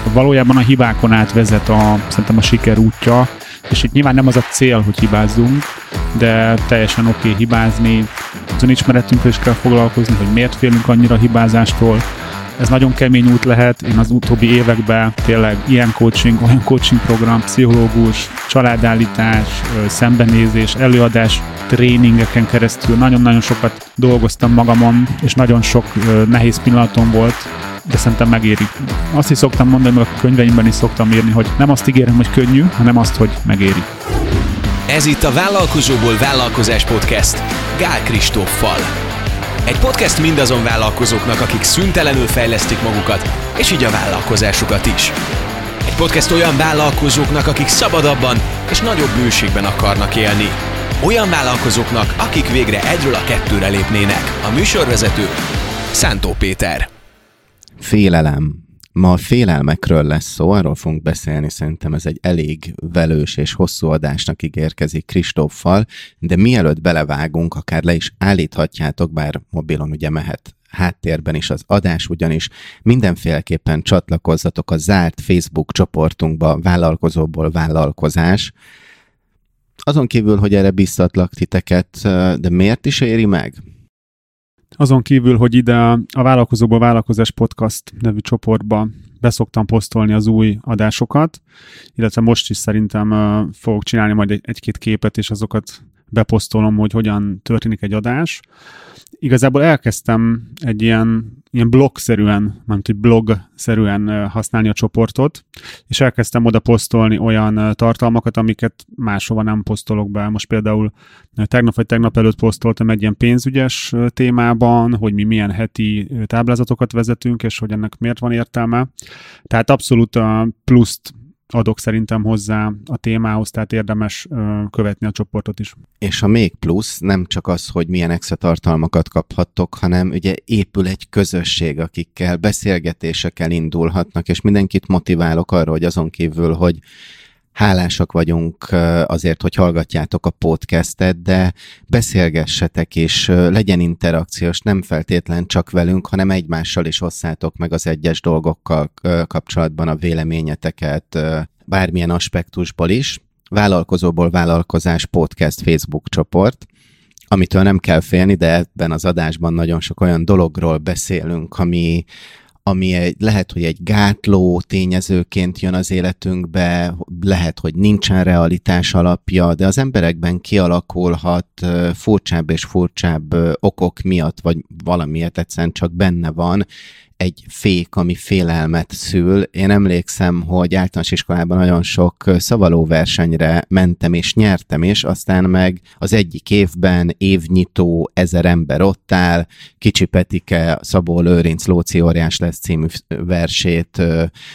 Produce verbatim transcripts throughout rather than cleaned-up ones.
Valójában a hibákon át vezet a, szerintem a siker útja, és itt nyilván nem az a cél, hogy hibázzunk, de teljesen oké okay hibázni, az önismeretünkkel is kell foglalkozni, hogy miért félünk annyira hibázástól. Ez nagyon kemény út lehet, én az utóbbi években tényleg ilyen coaching, olyan coaching program, pszichológus, családállítás, szembenézés, előadás, tréningeken keresztül nagyon-nagyon sokat dolgoztam magamon, és nagyon sok nehéz pillanatom volt, de szerintem megéri. Azt is szoktam mondani, meg a könyveimben is szoktam írni, hogy nem azt ígérem, hogy könnyű, hanem azt, hogy megéri. Ez itt a Vállalkozóból Vállalkozás Podcast Gál Kristóffal. Egy podcast mindazon vállalkozóknak, akik szüntelenül fejlesztik magukat, és így a vállalkozásukat is. Egy podcast olyan vállalkozóknak, akik szabadabban és nagyobb bőségben akarnak élni. Olyan vállalkozóknak, akik végre egyről a kettőre lépnének. A műsorvezető Szántó Péter. Félelem. Ma a félelmekről lesz szó, arról fogunk beszélni, szerintem ez egy elég velős és hosszú adásnak ígérkezik Kristóffal, de mielőtt belevágunk, akár le is állíthatjátok, bár mobilon ugye mehet háttérben is az adás, ugyanis mindenféleképpen csatlakozzatok a zárt Facebook csoportunkba, Vállalkozóból Vállalkozás. Azon kívül, hogy erre biztatlak titeket, de miért is éri meg? Azon kívül, hogy ide a Vállalkozóból Vállalkozás Podcast nevű csoportba beszoktam posztolni az új adásokat, illetve most is szerintem uh, fogok csinálni majd egy, egy-két képet, és azokat beposztolom, hogy hogyan történik egy adás. Igazából elkezdtem egy ilyen, ilyen blog-szerűen, nem hogy blog-szerűen használni a csoportot, és elkezdtem oda posztolni olyan tartalmakat, amiket máshova nem posztolok be. Most például tegnap vagy tegnap előtt posztoltam egy ilyen pénzügyes témában, hogy mi milyen heti táblázatokat vezetünk, és hogy ennek miért van értelme. Tehát abszolút a pluszt adok szerintem hozzá a témához, tehát érdemes ö, követni a csoportot is. És a még plusz nem csak az, hogy milyen extra tartalmakat kaphattok, hanem ugye épül egy közösség, akikkel beszélgetésekkel indulhatnak, és mindenkit motiválok arra, hogy azon kívül, hogy hálásak vagyunk azért, hogy hallgatjátok a podcastet, de beszélgessetek és legyen interakciós, nem feltétlen csak velünk, hanem egymással is osszátok meg az egyes dolgokkal kapcsolatban a véleményeteket, bármilyen aspektusból is. Vállalkozóból Vállalkozás Podcast Facebook csoport, amitől nem kell félni, de ebben az adásban nagyon sok olyan dologról beszélünk, ami ami egy, lehet, hogy egy gátló tényezőként jön az életünkbe, lehet, hogy nincsen realitás alapja, de az emberekben kialakulhat furcsább és furcsább okok miatt, vagy valamiért egyszerűen csak benne van egy fék, ami félelmet szül. Én emlékszem, hogy általános iskolában nagyon sok szavalóversenyre mentem és nyertem is, aztán meg az egyik évben évnyitó ezer ember ott áll, Kicsi Petike, Szabó Lőrinc Lóci óriás lesz című versét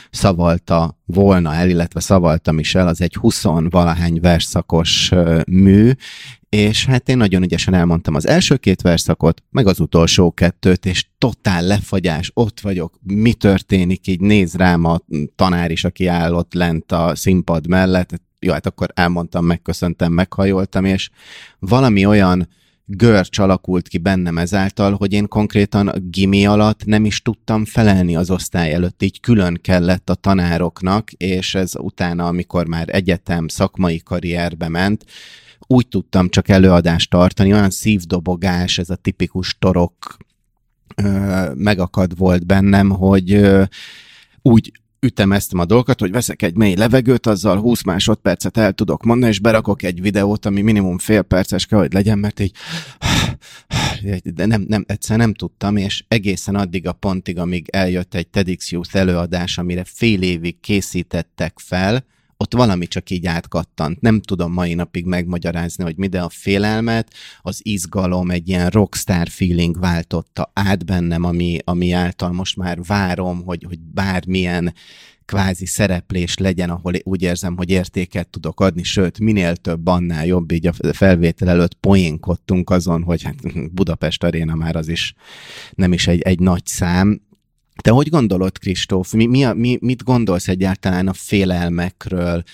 szavalta volna el, illetve szavaltam is el, az egy húsz-valahány versszakos mű, és hát én nagyon ügyesen elmondtam az első két versszakot, meg az utolsó kettőt, és totál lefagyás, ott vagyok, mi történik, így néz rám a tanár is, aki áll ott lent a színpad mellett, jó, hát akkor elmondtam, megköszöntem, meghajoltam, és valami olyan görcs alakult ki bennem ezáltal, hogy én konkrétan a gimi alatt nem is tudtam felelni az osztály előtt, így külön kellett a tanároknak, és ez utána, amikor már egyetem, szakmai karrierbe ment, úgy tudtam csak előadást tartani, olyan szívdobogás, ez a tipikus torok ö, megakad volt bennem, hogy ö, úgy ütemeztem a dolgokat, hogy veszek egy mély levegőt, azzal húsz másodpercet el tudok mondani, és berakok egy videót, ami minimum fél perces kell, hogy legyen, mert így de nem, nem, egyszer nem tudtam, és egészen addig a pontig, amíg eljött egy TEDx Youth előadás, amire fél évig készítettek fel, ott valami csak így átkattant. Nem tudom mai napig megmagyarázni, hogy mi, de a félelmet, az izgalom, egy ilyen rockstar feeling váltotta át bennem, ami, ami által most már várom, hogy, hogy bármilyen kvázi szereplés legyen, ahol úgy érzem, hogy értéket tudok adni, sőt, minél több, annál jobb, így a felvétel előtt poénkodtunk azon, hogy hát Budapest Aréna már az is nem is egy, egy nagy szám. Te hogy gondolod, Kristóf? Mi, mi, mi, mit gondolsz egyáltalán a félelmekről?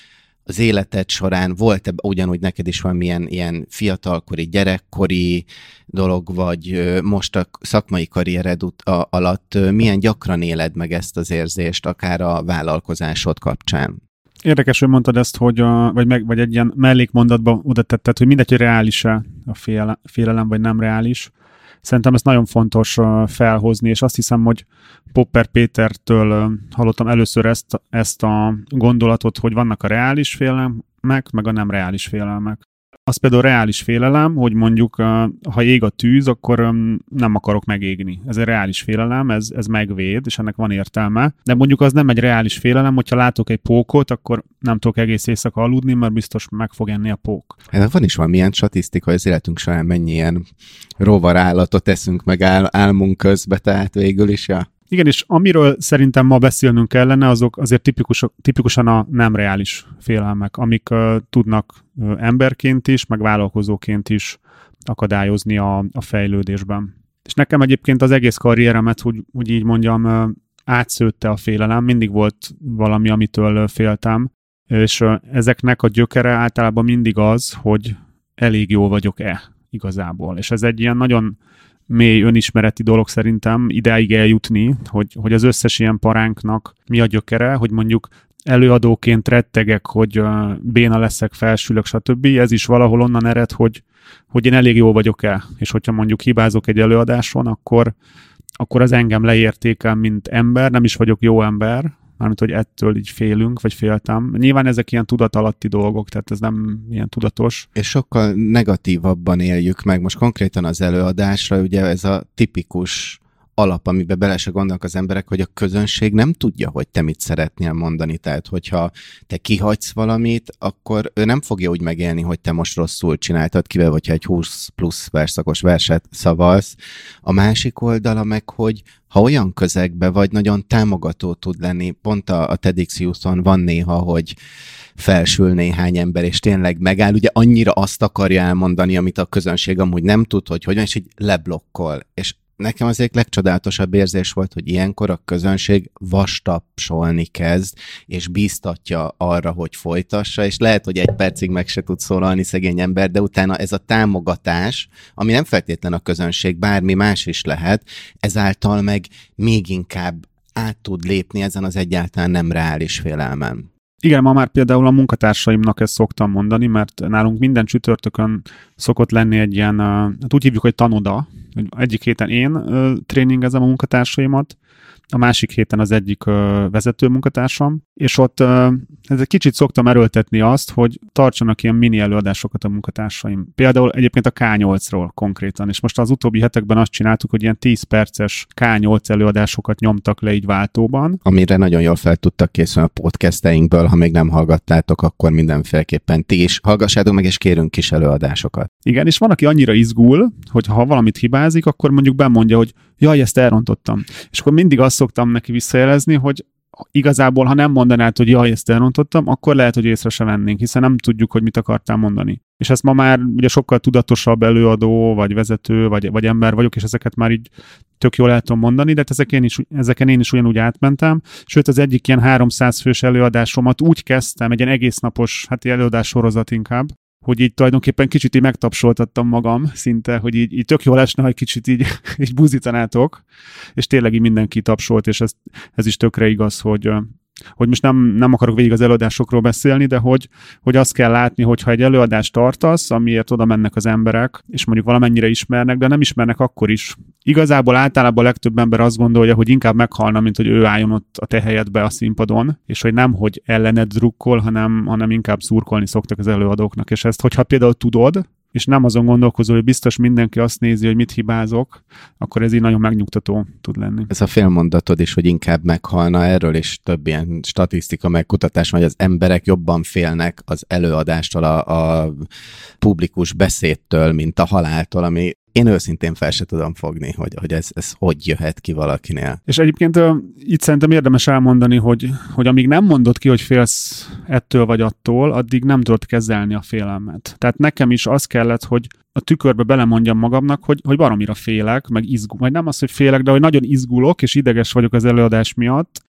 az életed során volt-e ugyanúgy neked is valamilyen ilyen fiatalkori, gyerekkori dolog, vagy most a szakmai karriered ut- a- alatt milyen gyakran éled meg ezt az érzést, akár a vállalkozásod kapcsán? Érdekes, hogy mondtad ezt, hogy a, vagy, meg, vagy egy ilyen mellékmondatba oda tetted, hogy mindegy, hogy reális-e a félelem, félelem, vagy nem reális. Szerintem ezt nagyon fontos felhozni, és azt hiszem, hogy Popper Pétertől hallottam először ezt, ezt a gondolatot, hogy vannak a reális félelmek, meg a nem reális félelmek. Az például reális félelem, hogy mondjuk, ha ég a tűz, akkor nem akarok megégni. Ez egy reális félelem, ez, ez megvéd, és ennek van értelme. De mondjuk az nem egy reális félelem, hogyha látok egy pókot, akkor nem tudok egész éjszaka aludni, mert biztos meg fog enni a pók. Hát van is valamilyen statisztika, hogy az életünk során mennyi ilyen rovarállatot eszünk meg ál- álmunk közben, tehát végül is, ja. Igen, és amiről szerintem ma beszélnünk kellene, azok azért tipikus, tipikusan a nem reális félelmek, amik uh, tudnak uh, emberként is, meg vállalkozóként is akadályozni a, a fejlődésben. És nekem egyébként az egész karrieremet, hogy, hogy így mondjam, uh, átszőtte a félelem, mindig volt valami, amitől uh, féltem, és uh, ezeknek a gyökere általában mindig az, hogy elég jó vagyok-e igazából. És ez egy ilyen nagyon mély önismereti dolog szerintem ideig eljutni, hogy, hogy az összes ilyen paránknak mi a gyökere, hogy mondjuk előadóként rettegek, hogy uh, béna leszek, felsülök, stb. Ez is valahol onnan ered, hogy, hogy én elég jó vagyok-e, és hogyha mondjuk hibázok egy előadáson, akkor, akkor az engem leértékel, mint ember, nem is vagyok jó ember, mármint, hogy ettől így félünk, vagy féltem. Nyilván ezek ilyen tudatalatti dolgok, tehát ez nem ilyen tudatos. És sokkal negatívabban éljük meg. Most konkrétan az előadásra, ugye ez a tipikus alap, amiben bele se gondolnak az emberek, hogy a közönség nem tudja, hogy te mit szeretnél mondani. Tehát, hogyha te kihagysz valamit, akkor ő nem fogja úgy megélni, hogy te most rosszul csináltad, kivel, hogyha egy húsz plusz verszakos verset szavalsz. A másik oldala meg, hogy ha olyan közegbe vagy, nagyon támogató tud lenni. Pont a, a TEDx Youth-on van néha, hogy felsül néhány ember, és tényleg megáll, ugye annyira azt akarja elmondani, amit a közönség amúgy nem tud, hogy hogyan, és így leblokkol. És nekem azért legcsodálatosabb érzés volt, hogy ilyenkor a közönség vastapsolni kezd, és bíztatja arra, hogy folytassa, és lehet, hogy egy percig meg se tud szólalni szegény ember, de utána ez a támogatás, ami nem feltétlen a közönség, bármi más is lehet, ezáltal meg még inkább át tud lépni ezen az egyáltalán nem reális félelmen. Igen, ma már például a munkatársaimnak ezt szoktam mondani, mert nálunk minden csütörtökön szokott lenni egy ilyen, hát úgy hívjuk, hogy tanoda, hogy egyik héten én ö, tréningezem a munkatársaimat, a másik héten az egyik ö, vezető munkatársam, és ott ö, ez egy kicsit szoktam erőltetni azt, hogy tartsanak ilyen mini előadásokat a munkatársaim. Például egyébként a ká nyolcról konkrétan, és most az utóbbi hetekben azt csináltuk, hogy ilyen tíz perces ká nyolc előadásokat nyomtak le így váltóban. Amire nagyon jól fel tudtak készülni a podcasteinkből, ha még nem hallgattátok, akkor mindenféleképpen ti is hallgassátok meg, és kérünk kis előadásokat. Igen, és van, aki annyira izgul, hogy ha valamit hibázik, akkor mondjuk bemondja, hogy jaj, ezt elrontottam. És akkor mindig azt szoktam neki visszajelezni, hogy igazából, ha nem mondanád, hogy jaj, ezt elrontottam, akkor lehet, hogy észre sem vennénk, hiszen nem tudjuk, hogy mit akartál mondani. És ezt ma már ugye sokkal tudatosabb előadó, vagy vezető, vagy, vagy ember vagyok, és ezeket már így tök jól el tudom mondani, de hát ezeken én is, ezeken én is ugyanúgy átmentem. Sőt, az egyik ilyen háromszáz fős előadásomat úgy kezdtem, egy ilyen egésznapos, hát előadás sorozat inkább, hogy így tulajdonképpen kicsit így megtapsoltattam magam szinte, hogy így, így tök jól esne, ha egy kicsit így, így buzítanátok, és tényleg így mindenki tapsolt, és ez, ez is tökre igaz, hogy, hogy most nem, nem akarok végig az előadásokról beszélni, de hogy, hogy azt kell látni, hogyha egy előadást tartasz, amiért oda mennek az emberek, és mondjuk valamennyire ismernek, de nem ismernek akkor is. Igazából általában a legtöbb ember azt gondolja, hogy inkább meghalna, mint hogy ő álljon ott a te helyedbe a színpadon, és hogy nem, hogy ellened drukkol, hanem, hanem inkább szurkolni szoktak az előadóknak. És ezt, hogyha például tudod, és nem azon gondolkozol, hogy biztos mindenki azt nézi, hogy mit hibázok, akkor ez így nagyon megnyugtató tud lenni. Ez a félmondatod is, hogy inkább meghalna, erről is több ilyen statisztika megkutatás, hogy az emberek jobban félnek az előadástól, a, a publikus beszédtől, mint a haláltól, ami én őszintén fel se tudom fogni, hogy, hogy ez, ez hogy jöhet ki valakinél. És egyébként uh, itt szerintem érdemes elmondani, hogy, hogy amíg nem mondod ki, hogy félsz ettől vagy attól, addig nem tudod kezelni a félelmet. Tehát nekem is az kellett, hogy a tükörbe belemondjam magamnak, hogy, hogy baromira félek, meg izgul. Vagy nem az, hogy félek, de hogy nagyon izgulok, és ideges vagyok az előadás miatt,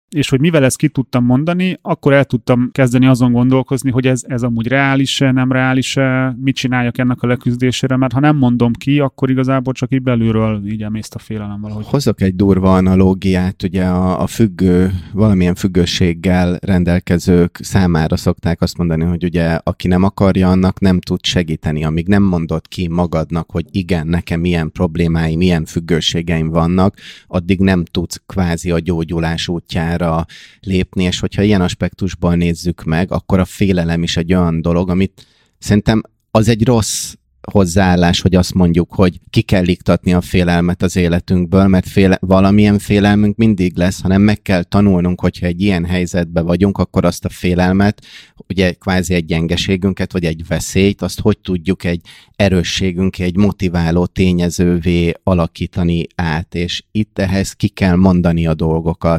és hogy mivel ezt ki tudtam mondani, akkor el tudtam kezdeni azon gondolkozni, hogy ez, ez amúgy reális-e, nem reális-e, mit csináljak ennek a leküzdésére, mert ha nem mondom ki, akkor igazából csak így belülről így emészt a félelem valahogy. Hozok egy durva analógiát, ugye a, a függő, valamilyen függőséggel rendelkezők számára szokták azt mondani, hogy ugye aki nem akarja, annak nem tud segíteni, amíg nem mondod ki magadnak, hogy igen, nekem milyen problémáim, milyen függőségeim vannak, addig nem tudsz kvázi a gyógyulás útjára lépni, és hogyha ilyen aspektusból nézzük meg, akkor a félelem is egy olyan dolog, amit szerintem az egy rossz hozzáállás, hogy azt mondjuk, hogy ki kell iktatni a félelmet az életünkből, mert féle, valamilyen félelmünk mindig lesz, hanem meg kell tanulnunk, hogyha egy ilyen helyzetben vagyunk, akkor azt a félelmet, ugye kvázi egy gyengeségünket, vagy egy veszélyt, azt hogy tudjuk egy erősségünk, egy motiváló tényezővé alakítani át, és itt ehhez ki kell mondani a dolgokat.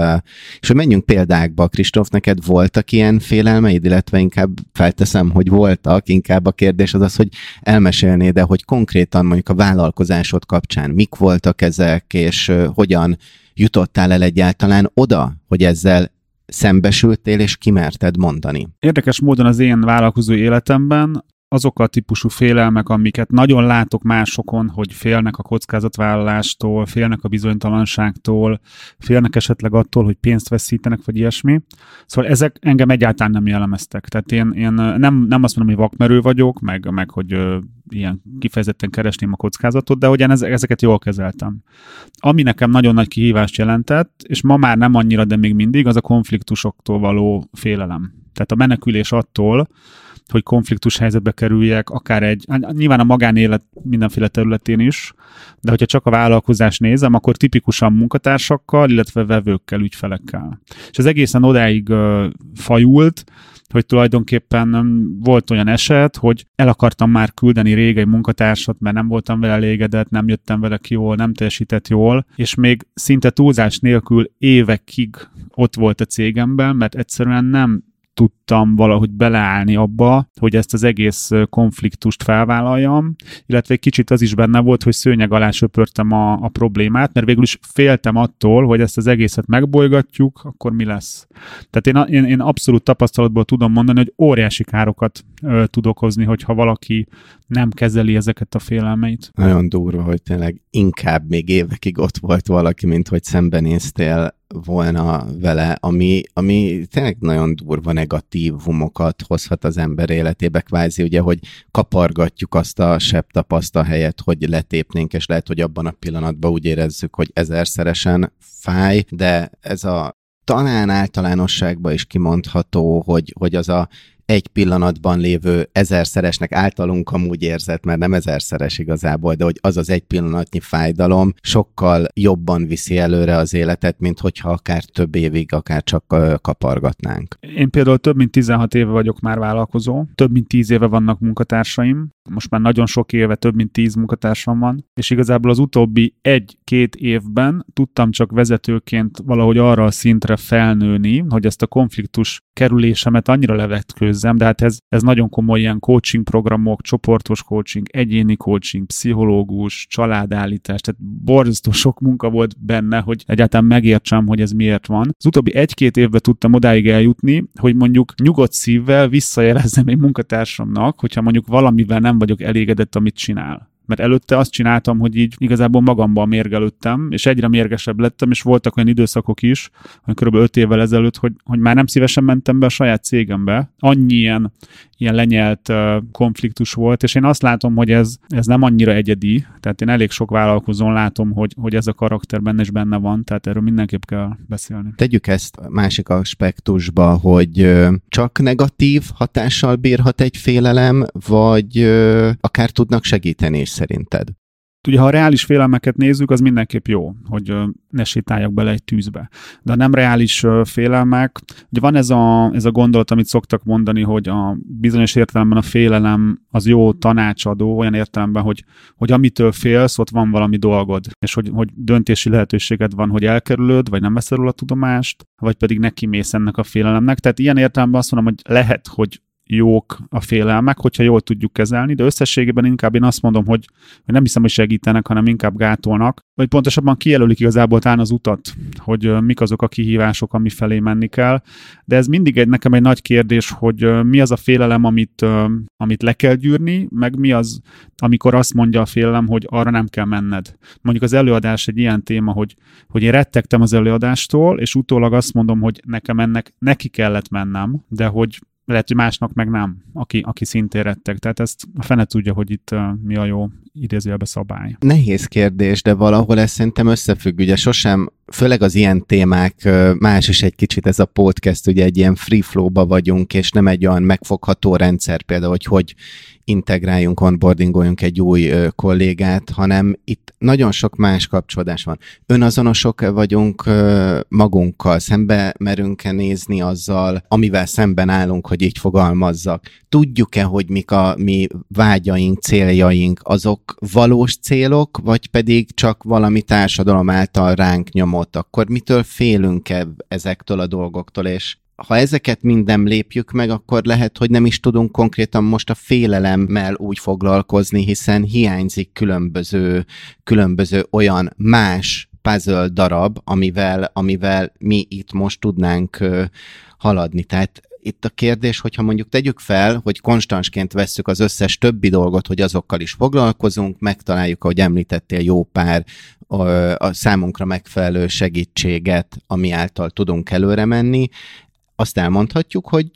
És hogy menjünk példákba, Kristóf, neked voltak ilyen félelmeid, illetve inkább felteszem, hogy voltak, inkább a kérdés az az, hogy elmesélnéd, de hogy konkrétan mondjuk a vállalkozásod kapcsán mik voltak ezek, és hogyan jutottál el egyáltalán oda, hogy ezzel szembesültél, és kimerted mondani? Érdekes módon az én vállalkozói életemben azok a típusú félelmek, amiket nagyon látok másokon, hogy félnek a kockázatvállalástól, félnek a bizonytalanságtól, félnek esetleg attól, hogy pénzt veszítenek, vagy ilyesmi. Szóval ezek engem egyáltalán nem jellemeztek. Tehát én, én nem, nem azt mondom, hogy vakmerő vagyok, meg, meg hogy ö, ilyen kifejezetten keresném a kockázatot, de ugyan ezeket jól kezeltem. Ami nekem nagyon nagy kihívást jelentett, és ma már nem annyira, de még mindig, az a konfliktusoktól való félelem. Tehát a menekülés attól, hogy konfliktus helyzetbe kerüljek, akár egy, nyilván a magánélet mindenféle területén is, de hogyha csak a vállalkozást nézem, akkor tipikusan munkatársakkal, illetve vevőkkel, ügyfelekkel. És az egészen odáig uh, fajult, hogy tulajdonképpen volt olyan eset, hogy el akartam már küldeni rég egy munkatársat, mert nem voltam vele elégedett, nem jöttem vele ki jól, nem teljesített jól, és még szinte túlzás nélkül évekig ott volt a cégemben, mert egyszerűen nem tudtam valahogy beleállni abba, hogy ezt az egész konfliktust felvállaljam, illetve egy kicsit az is benne volt, hogy szőnyeg alá söpörtem a, a problémát, mert végül is féltem attól, hogy ezt az egészet megbolygatjuk, akkor mi lesz. Tehát én, én, én abszolút tapasztalatból tudom mondani, hogy óriási károkat ö, tud okozni, hogyha valaki nem kezeli ezeket a félelmeit. Nagyon durva, hogy tényleg inkább még évekig ott volt valaki, mint hogy szembenéztél volna vele, ami, ami tényleg nagyon durva negatívumokat hozhat az ember életébe, kvázi ugye, hogy kapargatjuk azt a sebtapaszt a helyet, hogy letépnénk, és lehet, hogy abban a pillanatban úgy érezzük, hogy ezerszeresen fáj, de ez a talán általánosságban is kimondható, hogy, hogy az a egy pillanatban lévő ezerszeresnek általunk amúgy érzett, mert nem ezerszeres igazából, de hogy az az egy pillanatnyi fájdalom sokkal jobban viszi előre az életet, mint hogyha akár több évig, akár csak kapargatnánk. Én például több mint tizenhat éve vagyok már vállalkozó, több mint tíz éve vannak munkatársaim, most már nagyon sok éve több mint tíz munkatársam van, és igazából az utóbbi egy-két évben tudtam csak vezetőként valahogy arra a szintre felnőni, hogy ezt a konfliktus kerülésemet annyira levetkőzzem, de hát ez, ez nagyon komoly ilyen coaching programok, csoportos coaching, egyéni coaching, pszichológus, családállítás, tehát borzasztó sok munka volt benne, hogy egyáltalán megértsem, hogy ez miért van. Az utóbbi egy-két évben tudtam odáig eljutni, hogy mondjuk nyugodt szívvel visszajelezzem egy munkatársamnak, hogyha mondjuk valamivel nem vagyok elégedett, amit csinál. Mert előtte azt csináltam, hogy így igazából magamban mérgelődtem, és egyre mérgesebb lettem, és voltak olyan időszakok is, kb. öt évvel ezelőtt, hogy, hogy már nem szívesen mentem be a saját cégembe. Annyi ilyen, ilyen lenyelt uh, konfliktus volt, és én azt látom, hogy ez, ez nem annyira egyedi, tehát én elég sok vállalkozón látom, hogy, hogy ez a karakter benne is benne van, tehát erről mindenképp kell beszélni. Tegyük ezt másik aspektusba, hogy uh, csak negatív hatással bírhat egy félelem, vagy uh, akár tudnak segíteni is szerinted? Ugye, ha a reális félelmeket nézzük, az mindenképp jó, hogy ne sétáljak bele egy tűzbe. De a nem reális félelmek, ugye van ez a, ez a gondolat, amit szoktak mondani, hogy a bizonyos értelemben a félelem az jó tanácsadó, olyan értelemben, hogy, hogy amitől félsz, ott van valami dolgod, és hogy, hogy döntési lehetőséged van, hogy elkerülöd, vagy nem veszel róla tudomást, vagy pedig neki mész ennek a félelemnek. Tehát ilyen értelemben azt mondom, hogy lehet, hogy jók a félelmek, hogyha jól tudjuk kezelni, de összességében inkább én azt mondom, hogy, hogy nem hiszem, hogy segítenek, hanem inkább gátolnak, vagy pontosabban kijelölik igazából talán az utat, hogy mik azok a kihívások, ami felé menni kell. De ez mindig egy, nekem egy nagy kérdés, hogy mi az a félelem, amit, amit le kell gyűrni, meg mi az, amikor azt mondja a félelem, hogy arra nem kell menned. Mondjuk az előadás egy ilyen téma, hogy, hogy én rettegtem az előadástól, és utólag azt mondom, hogy nekem ennek neki kellett mennem, de hogy lehet, hogy másnak meg nem, aki, aki szintén retteg. Tehát ezt a fene tudja, hogy itt uh, mi a jó idézőjelbe szabály. Nehéz kérdés, de valahol ez szerintem összefügg. Ugye sosem, főleg az ilyen témák, más is egy kicsit ez a podcast, ugye egy ilyen free flow-ba vagyunk, és nem egy olyan megfogható rendszer például, hogy hogy integráljunk, onboardingoljunk egy új ö, kollégát, hanem itt nagyon sok más kapcsolódás van. Önazonosok vagyunk ö, magunkkal, szembe merünk-e nézni azzal, amivel szemben állunk, hogy így fogalmazzak. Tudjuk-e, hogy mik a mi vágyaink, céljaink, azok valós célok, vagy pedig csak valami társadalom által ránk nyomott? Akkor mitől félünk-e ezektől a dolgoktól, és ha ezeket minden lépjük meg, akkor lehet, hogy nem is tudunk konkrétan most a félelemmel úgy foglalkozni, hiszen hiányzik különböző, különböző olyan más puzzle darab, amivel, amivel mi itt most tudnánk uh, haladni. Tehát itt a kérdés, hogyha mondjuk tegyük fel, hogy konstansként vesszük az összes többi dolgot, hogy azokkal is foglalkozunk, megtaláljuk, ahogy említettél, jó pár a, a számunkra megfelelő segítséget, ami által tudunk előre menni, azt elmondhatjuk, hogy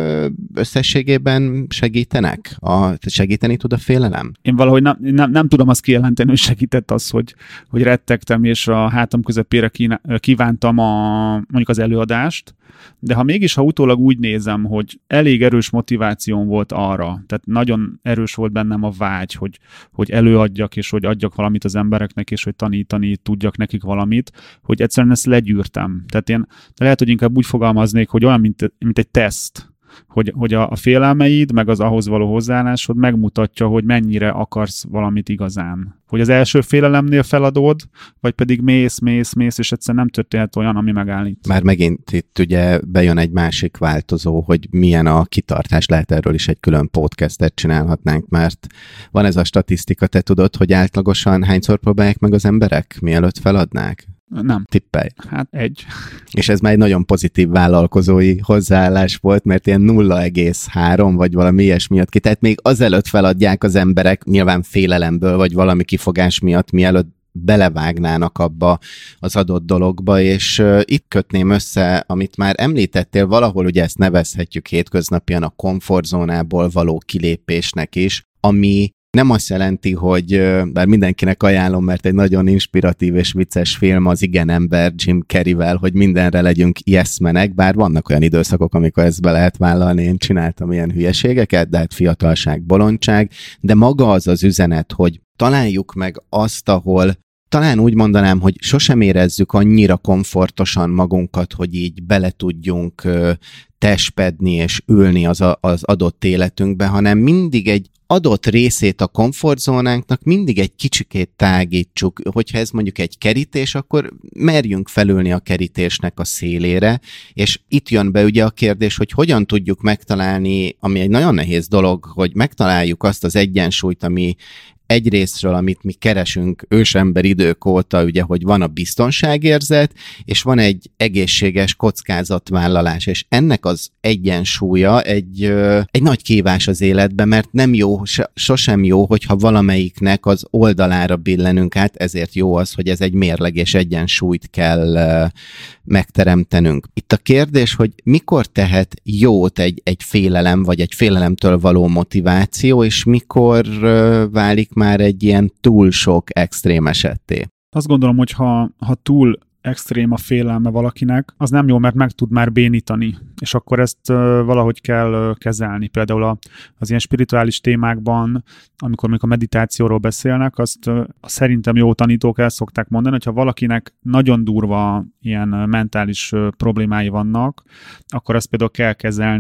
összességében segítenek? A, segíteni tud a félelem? Én valahogy nem, nem, nem tudom azt kijelenteni, hogy segített az, hogy, hogy rettegtem, és a hátam közepére kívántam a, mondjuk az előadást, de ha mégis, ha utólag úgy nézem, hogy elég erős motivációm volt arra, tehát nagyon erős volt bennem a vágy, hogy, hogy előadjak, és hogy adjak valamit az embereknek, és hogy tanítani tudjak nekik valamit, hogy egyszerűen ezt legyűrtem. Tehát én de lehet, hogy inkább úgy fogalmaznék, hogy olyan, mint, mint egy teszt, hogy, hogy a, a félelmeid, meg az ahhoz való hozzáállásod megmutatja, hogy mennyire akarsz valamit igazán. Hogy az első félelemnél feladod, vagy pedig mész, mész, mész, és egyszerűen nem történhet olyan, ami megállít. Már megint itt ugye bejön egy másik változó, hogy milyen a kitartás, lehet erről is egy külön podcastet csinálhatnánk, mert van ez a statisztika, te tudod, hogy átlagosan hányszor próbálják meg az emberek, mielőtt feladnák? Nem. Tippelj. Hát egy. És ez már egy nagyon pozitív vállalkozói hozzáállás volt, mert ilyen nulla egész három vagy valami ilyesmi miatt ki. Tehát még azelőtt feladják az emberek, nyilván félelemből, vagy valami kifogás miatt, mielőtt belevágnának abba az adott dologba, és uh, itt kötném össze, amit már említettél, valahol ugye ezt nevezhetjük hétköznapian a komfortzónából való kilépésnek is, ami nem azt jelenti, hogy bár mindenkinek ajánlom, mert egy nagyon inspiratív és vicces film az Igen ember Jim Carreyvel, hogy mindenre legyünk yes-menek, bár vannak olyan időszakok, amikor ezt be lehet vállalni, én csináltam ilyen hülyeségeket, de hát fiatalság, bolondság, de maga az az üzenet, hogy találjuk meg azt, ahol talán úgy mondanám, hogy sosem érezzük annyira komfortosan magunkat, hogy így bele tudjunk testpedni és ülni az, a, az adott életünkbe, hanem mindig egy adott részét a komfortzónánknak mindig egy kicsikét tágítsuk. Hogyha ez mondjuk egy kerítés, akkor merjünk felülni a kerítésnek a szélére, és itt jön be ugye a kérdés, hogy hogyan tudjuk megtalálni, ami egy nagyon nehéz dolog, hogy megtaláljuk azt az egyensúlyt, ami egyrésztről, amit mi keresünk ősember idők óta, ugye, hogy van a biztonságérzet, és van egy egészséges kockázatvállalás, és ennek az egyensúlya egy, egy nagy kívás az életben, mert nem jó, sosem jó, hogyha valamelyiknek az oldalára billenünk át, ezért jó az, hogy ez egy mérleg és egyensúlyt kell megteremtenünk. Itt a kérdés, hogy mikor tehet jót egy, egy félelem, vagy egy félelemtől való motiváció, és mikor válik már egy ilyen túl sok extrém esetté. Azt gondolom, hogy ha, ha túl extrém a félelme valakinek, az nem jó, mert meg tud már bénítani, és akkor ezt uh, valahogy kell uh, kezelni. Például a, az ilyen spirituális témákban, amikor még a meditációról beszélnek, azt uh, szerintem jó tanítók el szokták mondani, hogyha valakinek nagyon durva ilyen uh, mentális uh, problémái vannak, akkor azt például kell kezelni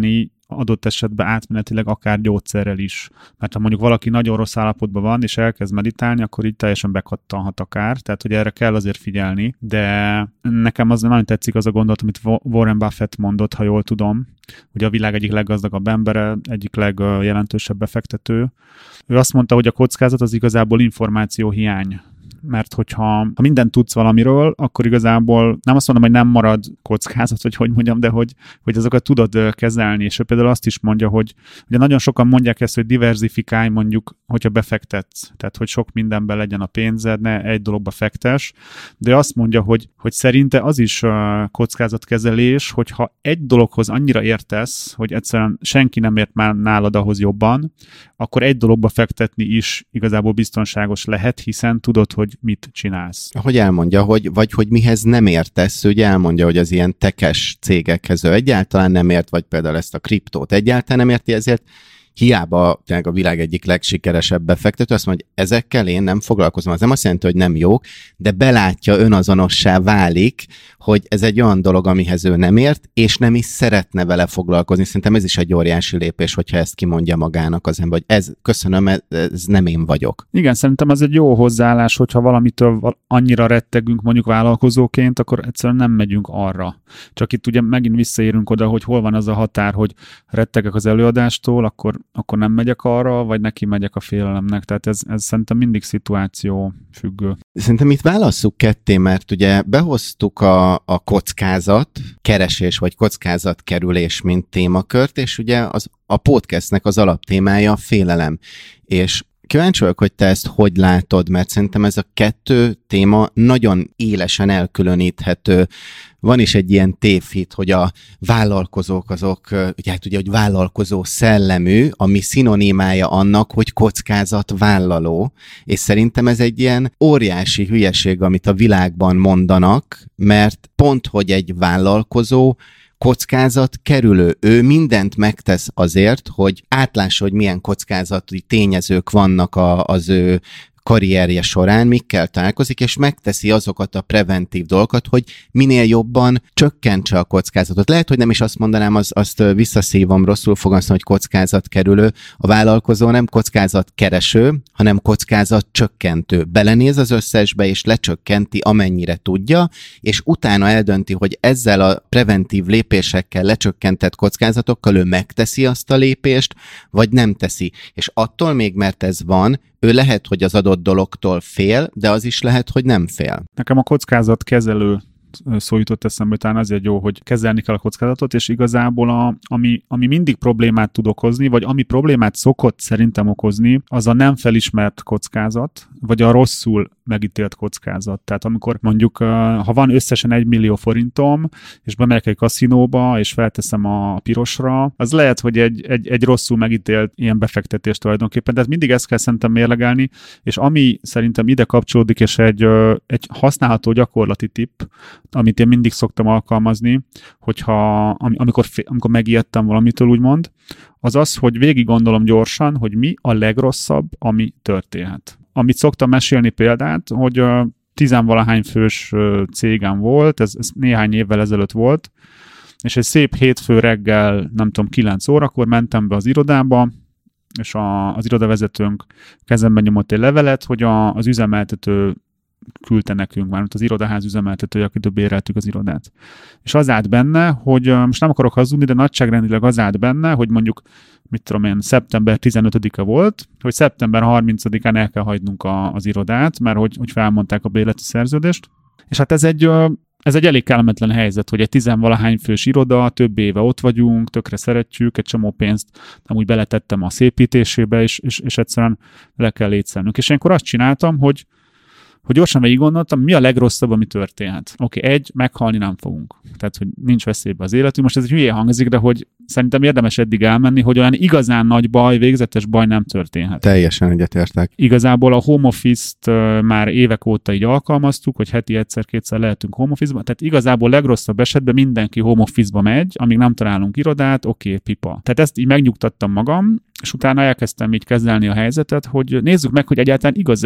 adott esetben átmenetileg akár gyógyszerrel is. Mert ha mondjuk valaki nagyon rossz állapotban van, és elkezd meditálni, akkor így teljesen bekattanhat akár, tehát hogy erre kell azért figyelni, de nekem az nagyon tetszik az a gondolat, amit Warren Buffett mondott, ha jól tudom, ugye a világ egyik leggazdagabb embere, egyik legjelentősebb befektető. Ő azt mondta, hogy a kockázat az igazából információ hiány. Mert hogyha ha mindent tudsz valamiről, akkor igazából nem azt mondom, hogy nem marad kockázat, hogy hogy mondjam, de hogy, hogy azokat tudod kezelni. És ő például azt is mondja, hogy ugye nagyon sokan mondják ezt, hogy diversifikálj mondjuk, hogyha befektetsz. Tehát, hogy sok mindenben legyen a pénzed, ne egy dologba fektes. De azt mondja, hogy, hogy szerinte az is kockázatkezelés, hogyha egy dologhoz annyira értesz, hogy egyszerűen senki nem ért már nálad ahhoz jobban, akkor egy dologba fektetni is igazából biztonságos lehet, hiszen tudod, hogy mit csinálsz. Hogy elmondja, hogy, vagy hogy mihez nem értesz, ugye elmondja, hogy az ilyen tekes cégekhez ő egyáltalán nem ért, vagy például ezt a kriptót egyáltalán nem érti, ezért hiába tényleg a világ egyik legsikeresebb befektető, azt mondja, hogy ezekkel én nem foglalkozom. Az nem azt jelenti, hogy nem jók, de belátja, önazonossá válik, hogy ez egy olyan dolog, amihez ő nem ért, és nem is szeretne vele foglalkozni. Szerintem ez is egy óriási lépés, hogyha ezt kimondja magának az ember, hogy ez, köszönöm, ez, ez nem én vagyok. Igen, szerintem az egy jó hozzáállás, hogyha valamitől annyira rettegünk mondjuk vállalkozóként, akkor egyszerűen nem megyünk arra. Csak itt ugye megint visszaérünk oda, hogy hol van az a határ, hogy rettegek az előadástól, akkor akkor nem megyek arra, vagy neki megyek a félelemnek. Tehát ez, ez szerintem mindig szituáció függő. Szerintem itt válasszuk ketté, mert ugye behoztuk a, a kockázat keresés, vagy kockázat kerülés, mint témakört, és ugye az, a podcastnek az alaptémája a félelem. És kíváncsi vagyok, hogy te ezt hogy látod, mert szerintem ez a kettő téma nagyon élesen elkülöníthető. Van is egy ilyen tévhit, hogy a vállalkozók azok, ugye hát ugye, hogy vállalkozó szellemű, ami szinonimája annak, hogy kockázatvállaló, és szerintem ez egy ilyen óriási hülyeség, amit a világban mondanak, mert pont, hogy egy vállalkozó kockázat kerülő. Ő mindent megtesz azért, hogy átlássa, hogy milyen kockázati tényezők vannak a, az ő karrierje során, mikkel találkozik, és megteszi azokat a preventív dolgokat, hogy minél jobban csökkentse a kockázatot. Lehet, hogy nem is azt mondanám, az, azt visszaszívom, rosszul fogalmazom, hogy kockázatkerülő. A vállalkozó nem kockázatkereső, hanem kockázatcsökkentő. Belenéz az összesbe, és lecsökkenti, amennyire tudja, és utána eldönti, hogy ezzel a preventív lépésekkel lecsökkentett kockázatokkal ő megteszi azt a lépést, vagy nem teszi. És attól még, mert ez van, ő lehet, hogy az adott dologtól fél, de az is lehet, hogy nem fél. Nekem a kockázatkezelő szó jutott eszembe, talán azért jó, hogy kezelni kell a kockázatot, és igazából a, ami, ami mindig problémát tud okozni, vagy ami problémát szokott szerintem okozni, az a nem felismert kockázat, vagy a rosszul megítélt kockázat. Tehát amikor mondjuk, ha van összesen egy millió forintom, és bemegyek egy kaszinóba, és felteszem a pirosra, az lehet, hogy egy, egy, egy rosszul megítélt ilyen befektetés tulajdonképpen. Tehát mindig ezt kell szerintem mérlegelni, és ami szerintem ide kapcsolódik, és egy, egy használható gyakorlati tipp, amit én mindig szoktam alkalmazni, hogyha amikor, amikor megijedtem valamitől, úgymond, az az, hogy végig gondolom gyorsan, hogy mi a legrosszabb, ami történhet. Amit szoktam mesélni példát, hogy tizenvalahány fős cégem volt, ez, ez néhány évvel ezelőtt volt, és egy szép hétfő reggel, nem tudom, kilenc órakor mentem be az irodába, és a, az irodavezetőnk kezemben nyomott egy levelet, hogy a, az üzemeltető küldte nekünk, már az irodaház üzemeltetője, akitől béreltük az irodát. És az állt benne, hogy most nem akarok hazudni, de nagyságrendileg az állt benne, hogy mondjuk, mit tudom én, szeptember tizenötödike volt, hogy szeptember harmincadikán el kell hagynunk a, az irodát, mert hogy, hogy felmondták a bérleti szerződést. És hát ez egy, ez egy elég kellemetlen helyzet, hogy egy tizenvalahány fős iroda, több éve ott vagyunk, tökre szeretjük, egy csomó pénzt nem úgy beletettem a szépítésébe, és, és, és egyszerűen le kell létszelnünk. És ilyenkor azt csináltam, hogy hogy gyorsan végig gondoltam, mi a legrosszabb, ami történhet. Oké, okay, egy, meghalni nem fogunk. Tehát, hogy nincs veszélybe az életünk. Most ez egy hülye hangzik, de hogy szerintem érdemes eddig elmenni, hogy olyan igazán nagy baj, végzetes baj nem történhet. Teljesen egyetértek. Igazából a home office-t már évek óta így alkalmaztuk, hogy heti egyszer-kétszer lehetünk home office-ban. Tehát igazából legrosszabb esetben mindenki home office-ba megy, amíg nem találunk irodát, oké, okay, pipa. Tehát ezt így megnyugtattam magam, és utána elkezdtem így kezelni a helyzetet, hogy nézzük meg, hogy egyáltalán igaz-e,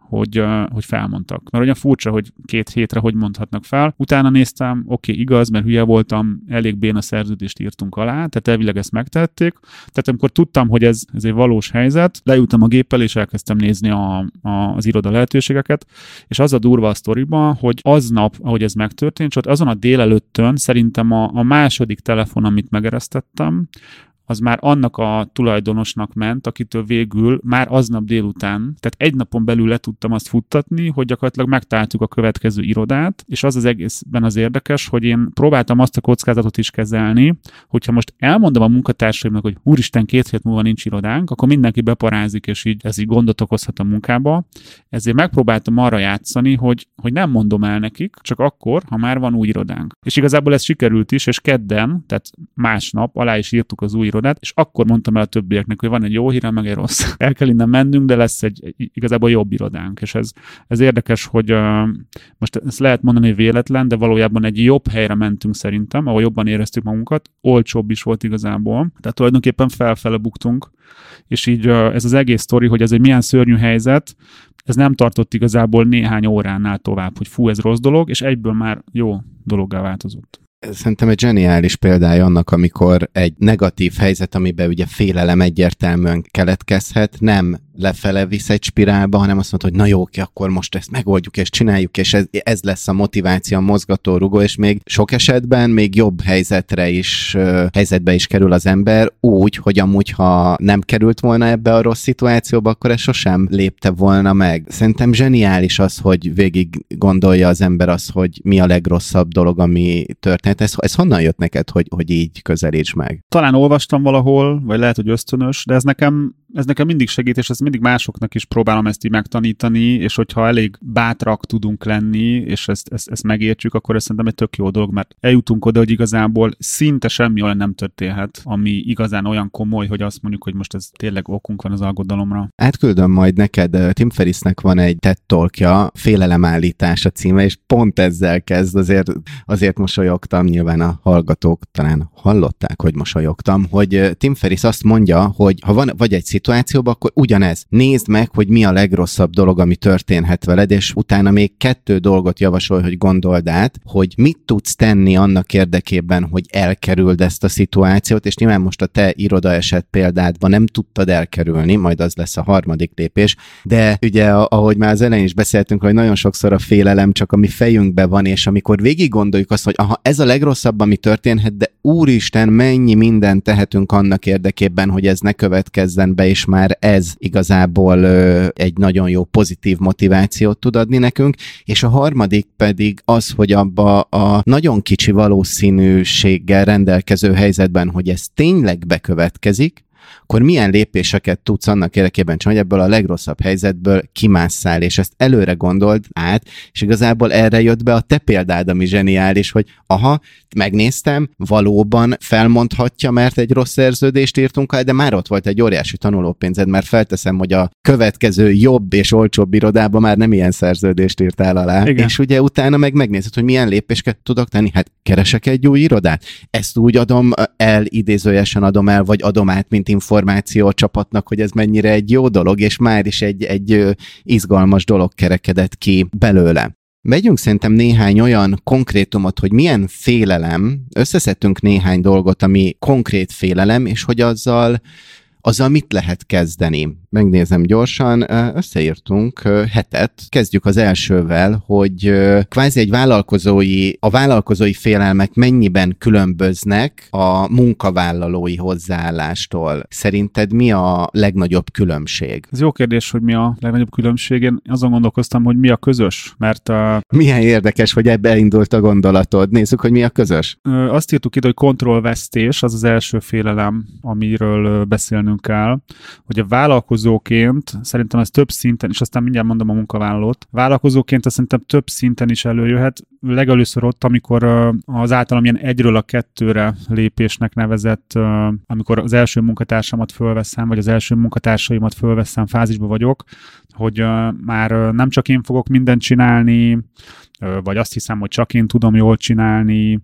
hogy, hogy felmondtak. Mert olyan furcsa, hogy két hétre hogy mondhatnak fel. Utána néztem, oké, okay, igaz, mert hülye voltam, elég béna szerződést írtunk alá, tehát elvileg ezt megtették. Tehát amikor tudtam, hogy ez, ez egy valós helyzet, leültem a géppel, és elkezdtem nézni a, a, az iroda lehetőségeket, és az a durva a sztoriban, hogy aznap, ahogy ez megtörtént, ott azon a délelőttön szerintem a, a második telefon, amit megeresztettem, az már annak a tulajdonosnak ment, akitől végül már aznap délután, tehát egy napon belül le tudtam azt futtatni, hogy gyakorlatilag megtaláltuk a következő irodát, és az az egészben az érdekes, hogy én próbáltam azt a kockázatot is kezelni, hogyha most elmondom a munkatársaimnak, hogy úristen, két hét múlva nincs irodánk, akkor mindenki beparázik, és így ez így gondot okozhat a munkába. Ezért megpróbáltam arra játszani, hogy, hogy nem mondom el nekik, csak akkor, ha már van új irodánk. És igazából ez sikerült is, és kedden, tehát másnap alá is írtuk az új irodát, és akkor mondtam el a többieknek, hogy van egy jó hírem, meg egy rossz. El kell innen mennünk, de lesz egy, egy igazából jobb irodánk. És ez, ez érdekes, hogy uh, most ezt lehet mondani, hogy véletlen, de valójában egy jobb helyre mentünk szerintem, ahol jobban éreztük magunkat, olcsóbb is volt igazából. Tehát tulajdonképpen felfele buktunk, és így uh, ez az egész sztori, hogy ez egy milyen szörnyű helyzet, ez nem tartott igazából néhány óránál tovább, hogy fú, ez rossz dolog, és egyből már jó dologgá változott. Szerintem egy zseniális példája annak, amikor egy negatív helyzet, amiben ugye félelem egyértelműen keletkezhet, nem lefele visz egy spirálba, hanem azt mondta, hogy na jó, oké, akkor most ezt megoldjuk és csináljuk, és ez, ez lesz a motiváció, a mozgatórugó, és még sok esetben még jobb helyzetre is, helyzetbe is kerül az ember, úgy, hogy amúgy, ha nem került volna ebbe a rossz szituációba, akkor ez sosem lépte volna meg. Szerintem zseniális az, hogy végig gondolja az ember azt, hogy mi a legrosszabb dolog, ami történt. Ez, ez honnan jött neked, hogy, hogy így közelíts meg? Talán olvastam valahol, vagy lehet, hogy ösztönös, de ez nekem, ez nekem mindig segít, és ez mindig másoknak is próbálom ezt így megtanítani, és hogyha elég bátrak tudunk lenni, és ezt, ezt, ezt megértsük, akkor ez szerintem egy tök jó dolog, mert eljutunk oda, hogy igazából szinte semmi olyan nem történhet, ami igazán olyan komoly, hogy azt mondjuk, hogy most ez tényleg okunk van az aggodalomra. Átküldöm majd neked, Tim Ferrissnek van egy TED Talkja, Félelemállítás a címe, és pont ezzel kezd, azért, azért mosolyogtam, nyilván a hallgatók talán hallották, hogy mosolyogtam, hogy Tim Ferriss azt mondja, hogy ha van vagy egy szituációban, akkor ugyanez. Nézd meg, hogy mi a legrosszabb dolog, ami történhet veled, és utána még kettő dolgot javasol, hogy gondold át, hogy mit tudsz tenni annak érdekében, hogy elkerüld ezt a szituációt, és nyilván most a te irodaeset példádban nem tudtad elkerülni, majd az lesz a harmadik lépés, de ugye, ahogy már az elején is beszéltünk, hogy nagyon sokszor a félelem csak a mi fejünkben van, és amikor végig gondoljuk azt, hogy aha, ez a legrosszabb, ami történhet, de úristen, mennyi mindent tehetünk annak érdekében, hogy ez ne következzen be, és már ez igazából ö, egy nagyon jó pozitív motivációt tud adni nekünk, és a harmadik pedig az, hogy abba a nagyon kicsi valószínűséggel rendelkező helyzetben, hogy ez tényleg bekövetkezik, akkor milyen lépéseket tudsz annak érdekében csinálni, hogy ebből a legrosszabb helyzetből kimásszál, és ezt előre gondold át, és igazából erre jött be a te példád, ami zseniális, hogy aha, megnéztem, valóban felmondhatja, mert egy rossz szerződést írtunk el, de már ott volt egy óriási tanulópénzed, mert felteszem, hogy a következő jobb és olcsóbb irodában már nem ilyen szerződést írtál alá. Igen. És ugye utána meg megnézed, hogy milyen lépéseket tudok tenni, hát keresek egy új irodát, ezt úgy adom el, idézőjesen adom el, vagy adom át, mint információ a csapatnak, hogy ez mennyire egy jó dolog, és már is egy, egy izgalmas dolog kerekedett ki belőle. Vegyünk szerintem néhány olyan konkrétumot, hogy milyen félelem, összeszedtünk néhány dolgot, ami konkrét félelem, és hogy azzal, azzal mit lehet kezdeni. Megnézem gyorsan, összeírtunk hetet. Kezdjük az elsővel, hogy kvázi egy vállalkozói, a vállalkozói félelmek mennyiben különböznek a munkavállalói hozzáállástól. Szerinted mi a legnagyobb különbség? Ez jó kérdés, hogy mi a legnagyobb különbség. Én azon gondolkoztam, hogy mi a közös, mert... A... Milyen érdekes, hogy ebbe indult a gondolatod. Nézzük, hogy mi a közös. Azt írtuk ide, hogy kontrollvesztés, az az első félelem, amiről beszélnünk kell, hogy a vállalkozóként, szerintem ez több szinten, és aztán mindjárt mondom a munkavállalót, vállalkozóként azt szerintem több szinten is előjöhet. Legelőször ott, amikor az általam ilyen egyről a kettőre lépésnek nevezett, amikor az első munkatársamat fölveszem, vagy az első munkatársaimat fölveszem, fázisba vagyok, hogy már nem csak én fogok mindent csinálni, vagy azt hiszem, hogy csak én tudom jól csinálni,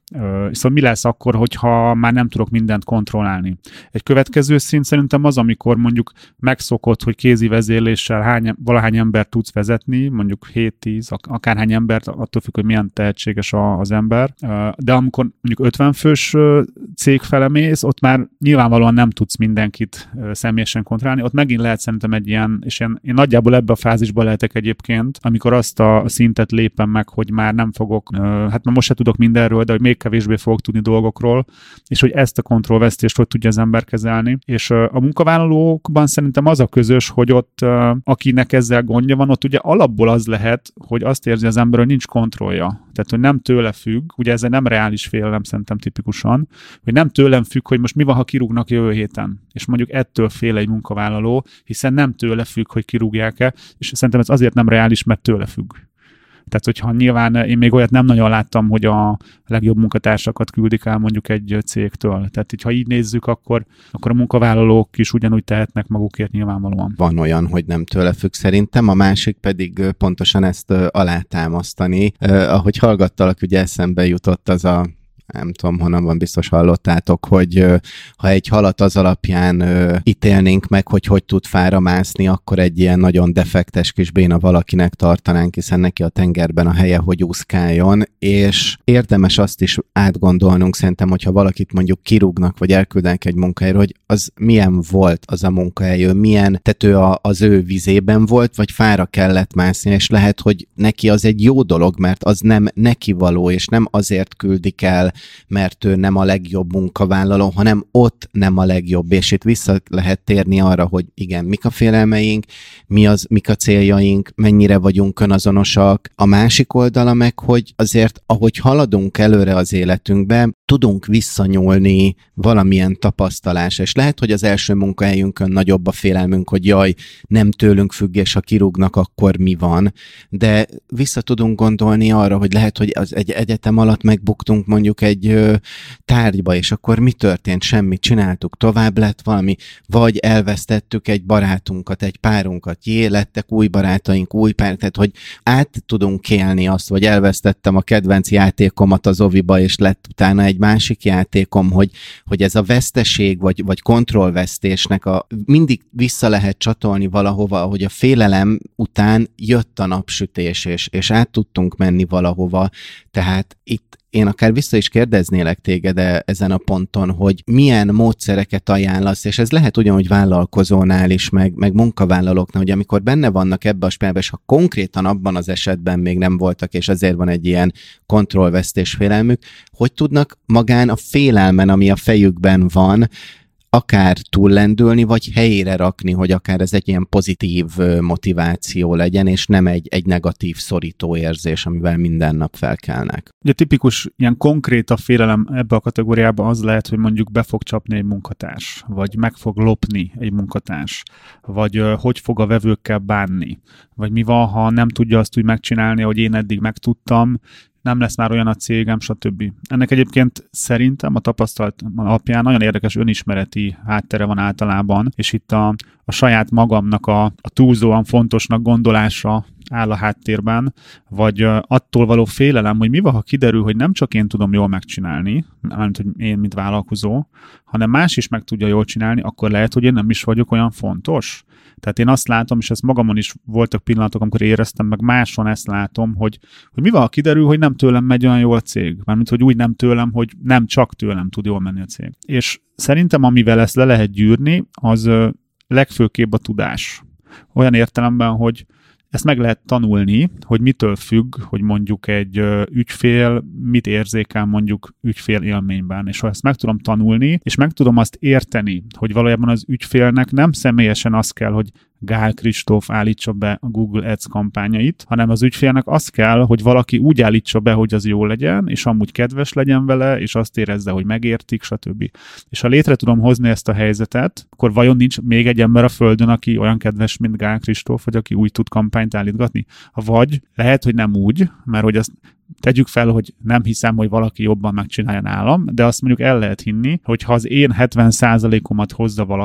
Szóval mi lesz akkor, hogyha már nem tudok mindent kontrollálni? Egy következő szint szerintem az, amikor mondjuk megszokott, hogy kézi vezérléssel hány, valahány embert tudsz vezetni, mondjuk hét-tíz, akárhány embert, attól függ, hogy milyen tehetséges az ember. De amikor mondjuk ötven fős cég fele mész, ott már nyilvánvalóan nem tudsz mindenkit személyesen kontrollálni. Ott megint lehet szerintem egy ilyen, és én, én nagyjából ebbe a fázisba lehetek egyébként, amikor azt a szintet lépem meg, hogy már nem fogok, hát már most se tudok mindenről, de hogy még kevésbé fogok tudni dolgokról, és hogy ezt a kontrollvesztést hogy tudja az ember kezelni. És a munkavállalókban szerintem az a közös, hogy ott, akinek ezzel gondja van, ott ugye alapból az lehet, hogy azt érzi az ember, hogy nincs kontrollja. Tehát, hogy nem tőle függ, ugye ez egy nem reális félelem szerintem tipikusan, hogy nem tőlem függ, hogy most mi van, ha kirúgnak jövő héten. És mondjuk ettől fél egy munkavállaló, hiszen nem tőle függ, hogy kirúgják-e, és szerintem ez azért nem reális, mert tőle függ. Tehát, hogyha nyilván én még olyat nem nagyon láttam, hogy a legjobb munkatársakat küldik el mondjuk egy cégtől. Tehát, ha így nézzük, akkor, akkor a munkavállalók is ugyanúgy tehetnek magukért nyilvánvalóan. Van olyan, hogy nem tőle függ szerintem, a másik pedig pontosan ezt alátámasztani. Ahogy hallgattalak, ugye eszembe jutott az a nem tudom, honnan van, biztos hallottátok, hogy ö, ha egy halat az alapján ö, ítélnénk meg, hogy hogy tud fára mászni, akkor egy ilyen nagyon defektes kis béna valakinek tartanánk, hiszen neki a tengerben a helye, hogy úszkáljon, és érdemes azt is átgondolnunk szerintem, hogyha valakit mondjuk kirúgnak, vagy elküldenek egy munkahelyre, hogy az milyen volt az a munkahely, milyen tető a, az ő vizében volt, vagy fára kellett mászni, és lehet, hogy neki az egy jó dolog, mert az nem neki való, és nem azért küldik el, mert ő nem a legjobb munkavállaló, hanem ott nem a legjobb, és itt vissza lehet térni arra, hogy igen, mik a félelmeink, mi az, mik a céljaink, mennyire vagyunk önazonosak. A másik oldala meg, hogy azért, ahogy haladunk előre az életünkbe, tudunk visszanyúlni valamilyen tapasztalás, és lehet, hogy az első munkahelyünkön nagyobb a félelmünk, hogy jaj, nem tőlünk függ, és ha kirúgnak, akkor mi van, de vissza tudunk gondolni arra, hogy lehet, hogy az egy egyetem alatt megbuktunk mondjuk egy ö, tárgyba, és akkor mi történt? Semmit csináltuk, tovább lett valami, vagy elvesztettük egy barátunkat, egy párunkat, jé, lettek új barátaink, új pár, tehát hogy át tudunk élni azt, vagy elvesztettem a kedvenc játékomat az oviba, és lett utána egy másik játékom, hogy, hogy ez a veszteség, vagy, vagy kontrollvesztésnek a, mindig vissza lehet csatolni valahova, hogy a félelem után jött a napsütés, és, és át tudtunk menni valahova, tehát itt én akár vissza is kérdeznélek téged ezen a ponton, hogy milyen módszereket ajánlasz, és ez lehet ugyanúgy vállalkozónál is, meg, meg munkavállalóknál, hogy amikor benne vannak ebbe a spelbe, és ha konkrétan abban az esetben még nem voltak, és ezért van egy ilyen kontrollvesztés félelmük, hogy tudnak magán a félelmen, ami a fejükben van, akár túllendülni, vagy helyére rakni, hogy akár ez egy ilyen pozitív motiváció legyen, és nem egy, egy negatív szorító érzés, amivel minden nap felkelnek. Ugye tipikus ilyen konkrét a félelem ebbe a kategóriába az lehet, hogy mondjuk be fog csapni egy munkatárs, vagy meg fog lopni egy munkatárs, vagy uh, hogy fog a vevőkkel bánni, vagy mi van, ha nem tudja azt úgy megcsinálni, hogy én eddig megtudtam, nem lesz már olyan a cégem, stb. Ennek egyébként szerintem a tapasztalat alapján nagyon érdekes önismereti háttere van általában, és itt a, a saját magamnak a, a túlzóan fontosnak gondolása áll a háttérben, vagy attól való félelem, hogy mi van, ha kiderül, hogy nem csak én tudom jól megcsinálni, mármint, hogy én, mint vállalkozó, hanem más is meg tudja jól csinálni, akkor lehet, hogy én nem is vagyok olyan fontos. Tehát én azt látom, és ezt magamon is voltak pillanatok, amikor éreztem, meg máson ezt látom, hogy, hogy mi van, ha kiderül, hogy nem tőlem megy olyan jól a cég. Mármint, hogy úgy nem tőlem, hogy nem csak tőlem tud jól menni a cég. És szerintem, amivel ezt le lehet gyűrni, az legfőképp a tudás. Olyan értelemben, hogy ezt meg lehet tanulni, hogy mitől függ, hogy mondjuk egy ügyfél mit érzékel mondjuk ügyfél élményben. És ha ezt meg tudom tanulni, és meg tudom azt érteni, hogy valójában az ügyfélnek nem személyesen az kell, hogy Gál Kristóf állítsa be a Google Ads kampányait, hanem az ügyfélnek az kell, hogy valaki úgy állítsa be, hogy az jó legyen, és amúgy kedves legyen vele, és azt érezze, hogy megértik, stb. És ha létre tudom hozni ezt a helyzetet, akkor vajon nincs még egy ember a földön, aki olyan kedves, mint Gál Kristóf, vagy aki úgy tud kampányt állítgatni? Vagy lehet, hogy nem úgy, mert hogy azt tegyük fel, hogy nem hiszem, hogy valaki jobban megcsinálja nálam, de azt mondjuk el lehet hinni, hogy ha az én hetven százalékomat hozza valaki,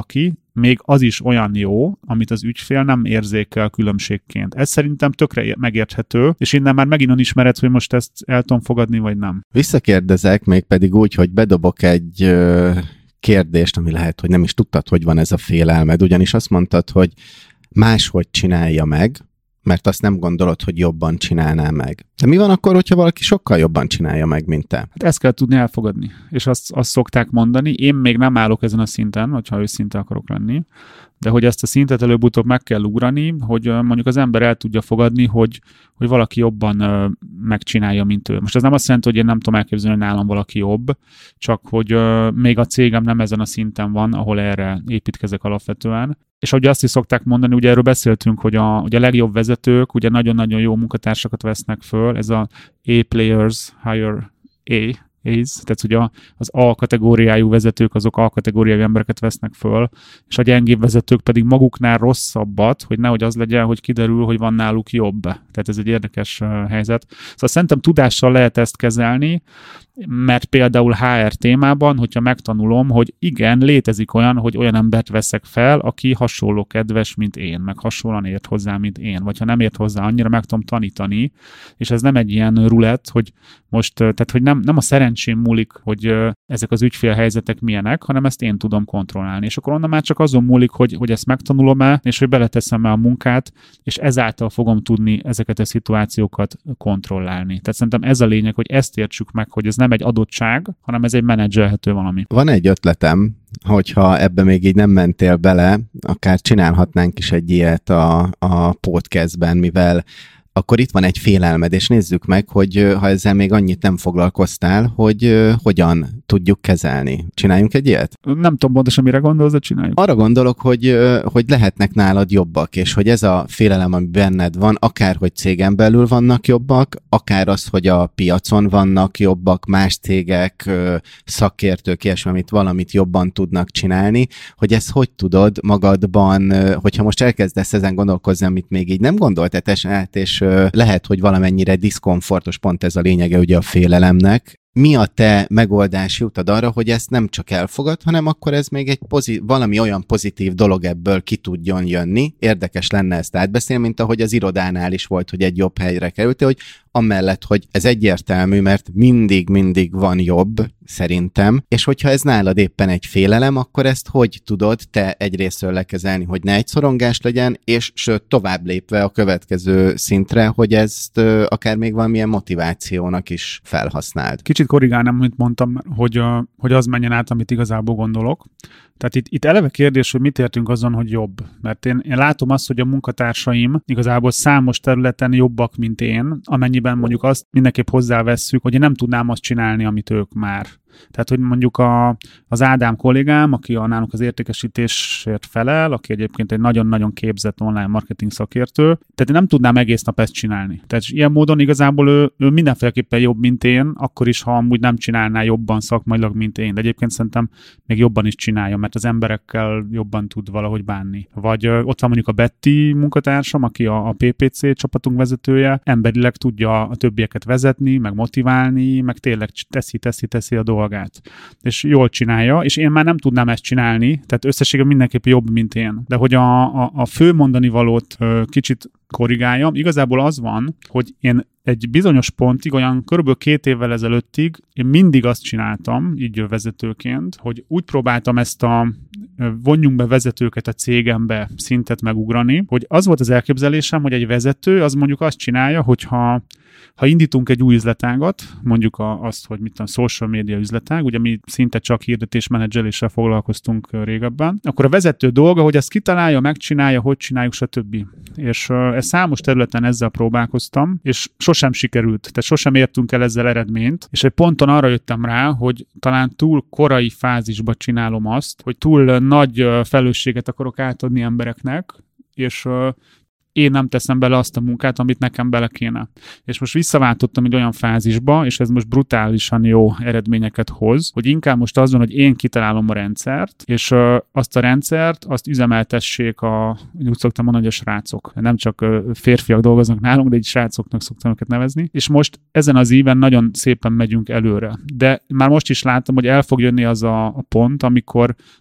még az is olyan jó, amit az ügyfél nem érzékel különbségként. Ez szerintem tökre megérthető, és innen már megint önismered, hogy most ezt el tudom fogadni, vagy nem. Visszakérdezek még pedig úgy, hogy bedobok egy ö, kérdést, ami lehet, hogy nem is tudtad, hogy van ez a félelmed, ugyanis azt mondtad, hogy máshogy csinálja meg, mert azt nem gondolod, hogy jobban csinálná meg. De mi van akkor, hogyha valaki sokkal jobban csinálja meg, mint te? Hát ezt kell tudni elfogadni, és azt, azt szokták mondani. Én még nem állok ezen a szinten, hogyha őszinte akarok lenni, de hogy ezt a szintet előbb-utóbb meg kell ugrani, hogy mondjuk az ember el tudja fogadni, hogy, hogy valaki jobban uh, megcsinálja, mint ő. Most ez nem azt jelenti, hogy én nem tudom elképzelni, hogy nálam valaki jobb, csak hogy uh, még a cégem nem ezen a szinten van, ahol erre építkezek alapvetően. És ahogy azt is szokták mondani, ugye erről beszéltünk, hogy a, hogy a legjobb vezetők ugye nagyon-nagyon jó munkatársakat vesznek föl, ez a A players hire A, A's, tehát ugye az A kategóriájú vezetők, azok A kategóriájú embereket vesznek föl, és a gyengébb vezetők pedig maguknál rosszabbat, hogy nehogy az legyen, hogy kiderül, hogy van náluk jobb. Tehát ez egy érdekes helyzet. Szóval szerintem tudással lehet ezt kezelni, mert például há er témában, hogyha megtanulom, hogy igen, létezik olyan, hogy olyan embert veszek fel, aki hasonló kedves, mint én, meg hasonlóan ért hozzá, mint én, vagy ha nem ért hozzá annyira, meg tudom tanítani, és ez nem egy ilyen rulett, hogy most, tehát hogy nem, nem a szerencsém múlik, hogy ezek az ügyfélhelyzetek milyenek, hanem ezt én tudom kontrollálni. És akkor onnan már csak azon múlik, hogy, hogy ezt megtanulom-e, és hogy beleteszem-e a munkát, és ezáltal fogom tudni ezeket a szituációkat kontrollálni. Tehát szerintem ez a lényeg, hogy ezt értsük meg, hogy ez nem egy adottság, hanem ez egy menedzselhető valami. Van egy ötletem, hogyha ebbe még így nem mentél bele, akár csinálhatnánk is egy ilyet a, a podcastben, mivel akkor itt van egy félelmed, és nézzük meg, hogy ha ezzel még annyit nem foglalkoztál, hogy hogyan tudjuk kezelni. Csináljunk egy ilyet? Nem tudom pontosan, mire gondolsz, de csináljuk. Arra gondolok, hogy, hogy lehetnek nálad jobbak, és hogy ez a félelem, ami benned van, akár hogy cégen belül vannak jobbak, akár az, hogy a piacon vannak jobbak, más cégek, szakértők, ilyesmi, amit valamit jobban tudnak csinálni, hogy ezt hogy tudod magadban, hogyha most elkezdesz ezen gondolkozni, amit még így nem gondoltál át, és lehet, hogy valamennyire diszkomfortos, pont ez a lényege ugye a félelemnek. Mi a te megoldási utad arra, hogy ezt nem csak elfogad, hanem akkor ez még egy pozit- valami olyan pozitív dolog ebből ki tudjon jönni. Érdekes lenne ezt átbeszélni, mint ahogy az irodánál is volt, hogy egy jobb helyre kerültél, hogy amellett, hogy ez egyértelmű, mert mindig-mindig van jobb, szerintem, és hogyha ez nálad éppen egy félelem, akkor ezt hogy tudod te egyrésztről lekezelni, hogy ne egy szorongás legyen, és sőt, tovább lépve a következő szintre, hogy ezt ö, akár még valamilyen motivációnak is felhasználd. Kicsit korrigálnám, amit mondtam, hogy, uh, hogy az menjen át, amit igazából gondolok. Tehát itt, itt eleve kérdés, hogy mit értünk azon, hogy jobb. Mert én, én látom azt, hogy a munkatársaim igazából számos területen jobbak, mint én, amennyiben mondjuk azt mindenképp hozzávesszük, hogy én nem tudnám azt csinálni, amit ők már. Tehát, hogy mondjuk a, az Ádám kollégám, aki a nálunk az értékesítésért felel, aki egyébként egy nagyon-nagyon képzett online marketing szakértő, tehát én nem tudnám egész nap ezt csinálni. Tehát ilyen módon igazából ő, ő mindenféleképpen jobb, mint én, akkor is, ha amúgy nem csinálná jobban szakmailag, mint én. De egyébként szerintem még jobban is csinálja, mert az emberekkel jobban tud valahogy bánni. Vagy ö, ott van mondjuk a Betty munkatársam, aki a, a pé pé cé csapatunk vezetője, emberileg tudja a többieket vezetni, meg motiválni, meg tényleg teszi, teszi, teszi a dolgát. És jól csinálja, és én már nem tudnám ezt csinálni, tehát összességében mindenképp jobb, mint én. De hogy a, a, a fő mondani valót ö, kicsit korrigáljam, igazából az van, hogy én egy bizonyos pontig, olyan körülbelül két évvel ezelőttig én mindig azt csináltam, így vezetőként, hogy úgy próbáltam ezt a vonjunk be vezetőket a cégembe szintet megugrani, hogy az volt az elképzelésem, hogy egy vezető az mondjuk azt csinálja, hogyha ha indítunk egy új üzletágat, mondjuk a, azt, hogy mit tudom, social media üzletág, ugye mi szinte csak hirdetésmenedzseléssel foglalkoztunk régebben, akkor a vezető dolga, hogy ezt kitalálja, megcsinálja, hogy csináljuk, stb. És uh, ez számos területen ezzel próbálkoztam, és sosem sikerült, tehát sosem értünk el ezzel eredményt, és egy ponton arra jöttem rá, hogy talán túl korai fázisba csinálom azt, hogy túl nagy uh, felelősséget akarok átadni embereknek, és uh, én nem teszem bele azt a munkát, amit nekem bele kéne. És most visszaváltottam egy olyan fázisba, és ez most brutálisan jó eredményeket hoz, hogy inkább most az van, hogy én kitalálom a rendszert, és uh, azt a rendszert, azt üzemeltessék a, úgy szoktam mondani, hogy a srácok. Nem csak uh, férfiak dolgoznak nálunk, de így srácoknak szoktam őket nevezni. És most ezen az íven nagyon szépen megyünk előre. De már most is látom, hogy el fog jönni az a, a pont, amikor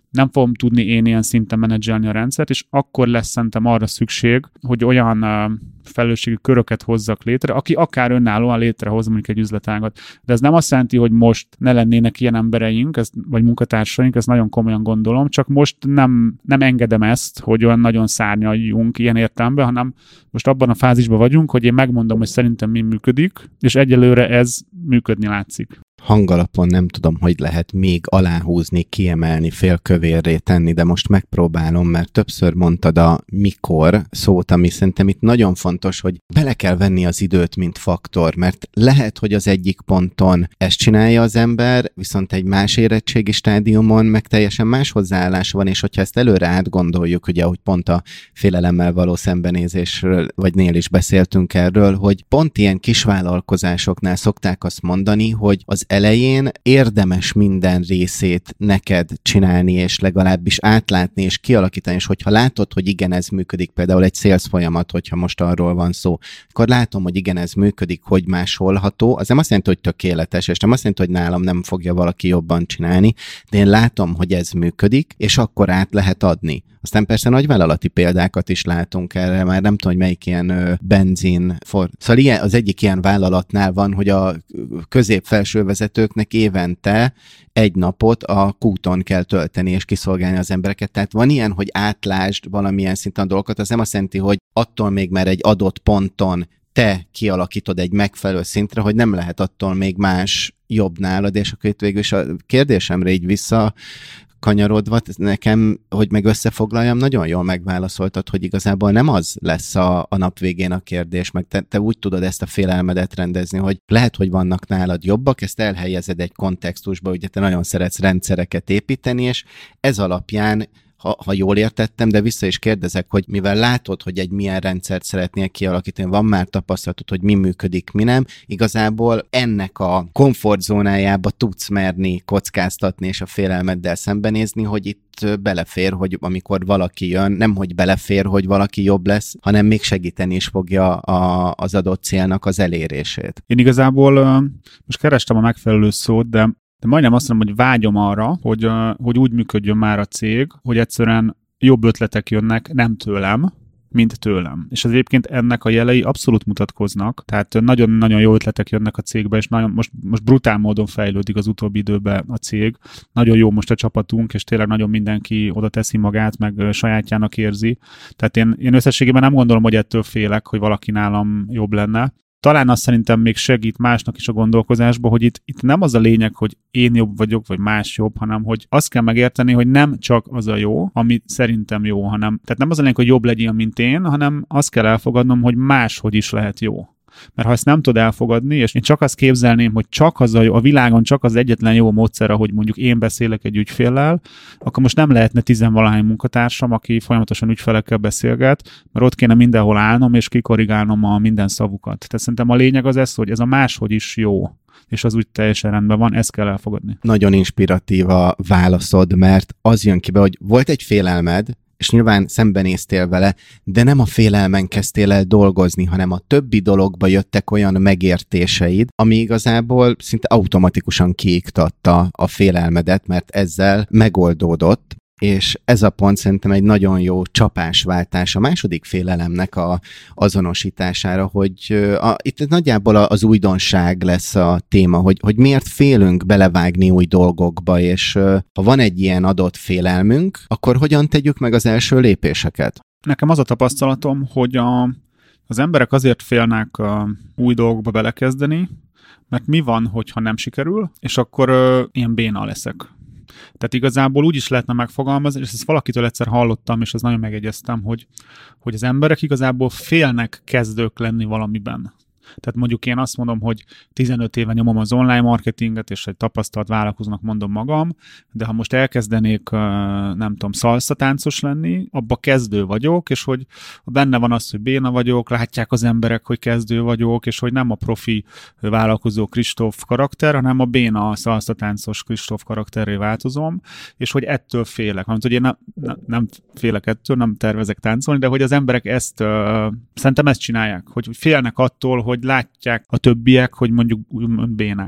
nem fogom tudni én ilyen szinten menedzselni a rendszert, és akkor lesz szerintem arra szükség, hogy olyan uh, felelősségi köröket hozzak létre, aki akár önállóan létrehoz mondjuk egy üzletágat. De ez nem azt jelenti, hogy most ne lennének ilyen embereink, ez, vagy munkatársaink, ezt nagyon komolyan gondolom, csak most nem, nem engedem ezt, hogy olyan nagyon szárnyaljunk ilyen értelemben, hanem most abban a fázisban vagyunk, hogy én megmondom, hogy szerintem mi működik, és egyelőre ez működni látszik. Hangalapon nem tudom, hogy lehet még aláhúzni, kiemelni, félkövérré tenni, de most megpróbálom, mert többször mondtad a mikor szót, ami szerintem itt nagyon fontos, hogy bele kell venni az időt, mint faktor, mert lehet, hogy az egyik ponton ezt csinálja az ember, viszont egy más érettségi stádiumon meg teljesen más hozzáállás van, és hogyha ezt előre átgondoljuk, ugye, ahogy pont a félelemmel való szembenézésről, vagy nél is beszéltünk erről, hogy pont ilyen kisvállalkozásoknál szokták azt mondani, hogy az elején érdemes minden részét neked csinálni, és legalábbis átlátni, és kialakítani, és hogyha látod, hogy igen, ez működik, például egy sales folyamat, hogyha most arról van szó, akkor látom, hogy igen, ez működik, hogy másolható, az nem azt jelenti, hogy tökéletes, és nem azt jelenti, hogy nálam nem fogja valaki jobban csinálni, de én látom, hogy ez működik, és akkor át lehet adni. Aztán persze nagyvállalati példákat is látunk erre, már nem tudom, hogy melyik ilyen ö, benzin for. Szóval ilyen, az egyik ilyen vállalatnál van, hogy a közép-felső vezetőknek évente egy napot a kúton kell tölteni és kiszolgálni az embereket. Tehát van ilyen, hogy átlásd valamilyen szinten a dolgokat, az nem azt jelenti, hogy attól még már egy adott ponton te kialakítod egy megfelelő szintre, hogy nem lehet attól még más jobb nálad, és akkor itt végül is a kérdésemre így vissza kanyarodva, nekem, hogy meg összefoglaljam, nagyon jól megválaszoltad, hogy igazából nem az lesz a, a nap végén a kérdés, meg te, te úgy tudod ezt a félelmedet rendezni, hogy lehet, hogy vannak nálad jobbak, ezt elhelyezed egy kontextusba, ugye te nagyon szeretsz rendszereket építeni, és ez alapján Ha, ha jól értettem, de vissza is kérdezek, hogy mivel látod, hogy egy milyen rendszert szeretnél kialakítani, van már tapasztalatod, hogy mi működik, mi nem, igazából ennek a komfortzónájába tudsz merni kockáztatni és a félelmeddel szembenézni, hogy itt belefér, hogy amikor valaki jön, nem hogy belefér, hogy valaki jobb lesz, hanem még segíteni is fogja a, az adott célnak az elérését. Én igazából most kerestem a megfelelő szót, de De majdnem azt mondom, hogy vágyom arra, hogy, hogy úgy működjön már a cég, hogy egyszerűen jobb ötletek jönnek nem tőlem, mint tőlem. És az egyébként ennek a jelei abszolút mutatkoznak, tehát nagyon-nagyon jó ötletek jönnek a cégbe, és nagyon, most, most brutál módon fejlődik az utóbbi időben a cég. Nagyon jó most a csapatunk, és tényleg nagyon mindenki oda teszi magát, meg sajátjának érzi. Tehát én, én összességében nem gondolom, hogy ettől félek, hogy valaki nálam jobb lenne. Talán azt szerintem még segít másnak is a gondolkozásba, hogy itt, itt nem az a lényeg, hogy én jobb vagyok, vagy más jobb, hanem hogy azt kell megérteni, hogy nem csak az a jó, ami szerintem jó, hanem tehát nem az a lényeg, hogy jobb legyen, mint én, hanem azt kell elfogadnom, hogy máshogy is lehet jó. Mert ha ezt nem tud elfogadni, és én csak azt képzelném, hogy csak az a, jó, a világon csak az egyetlen jó módszer, ahogy mondjuk én beszélek egy ügyféllel, akkor most nem lehetne tizenvalahány munkatársam, aki folyamatosan ügyfelekkel beszélget, mert ott kéne mindenhol állnom, és kikorrigálnom a minden szavukat. Tehát szerintem a lényeg az ez, hogy ez a máshogy is jó, és az úgy teljesen rendben van, ezt kell elfogadni. Nagyon inspiratív a válaszod, mert az jön ki be, hogy volt egy félelmed, és nyilván szembenéztél vele, de nem a félelmen kezdtél el dolgozni, hanem a többi dologba jöttek olyan megértéseid, ami igazából szinte automatikusan kiiktatta a félelmedet, mert ezzel megoldódott, és ez a pont szerintem egy nagyon jó csapásváltás a második félelemnek a azonosítására, hogy a, itt nagyjából az újdonság lesz a téma, hogy, hogy miért félünk belevágni új dolgokba, és ha van egy ilyen adott félelmünk, akkor hogyan tegyük meg az első lépéseket? Nekem az a tapasztalatom, hogy a, az emberek azért félnek a új dolgokba belekezdeni, mert mi van, hogyha nem sikerül, és akkor ö, ilyen béna leszek. Tehát igazából úgy is lehetne megfogalmazni, és ezt valakitől egyszer hallottam, és az nagyon megegyeztem, hogy, hogy az emberek igazából félnek kezdők lenni valamiben. Tehát mondjuk én azt mondom, hogy tizenöt éve nyomom az online marketinget, és egy tapasztalt vállalkozónak mondom magam, de ha most elkezdenék, nem tudom, szalszatáncos lenni, abba kezdő vagyok, és hogy benne van az, hogy béna vagyok, látják az emberek, hogy kezdő vagyok, és hogy nem a profi vállalkozó Kristóf karakter, hanem a béna szalszatáncos Kristóf karakterré változom, és hogy ettől félek. Hanem, hogy én nem, nem, nem félek ettől, nem tervezek táncolni, de hogy az emberek ezt, uh, szerintem ezt csinálják, hogy félnek attól, hogy látják a többiek, hogy mondjuk bénák.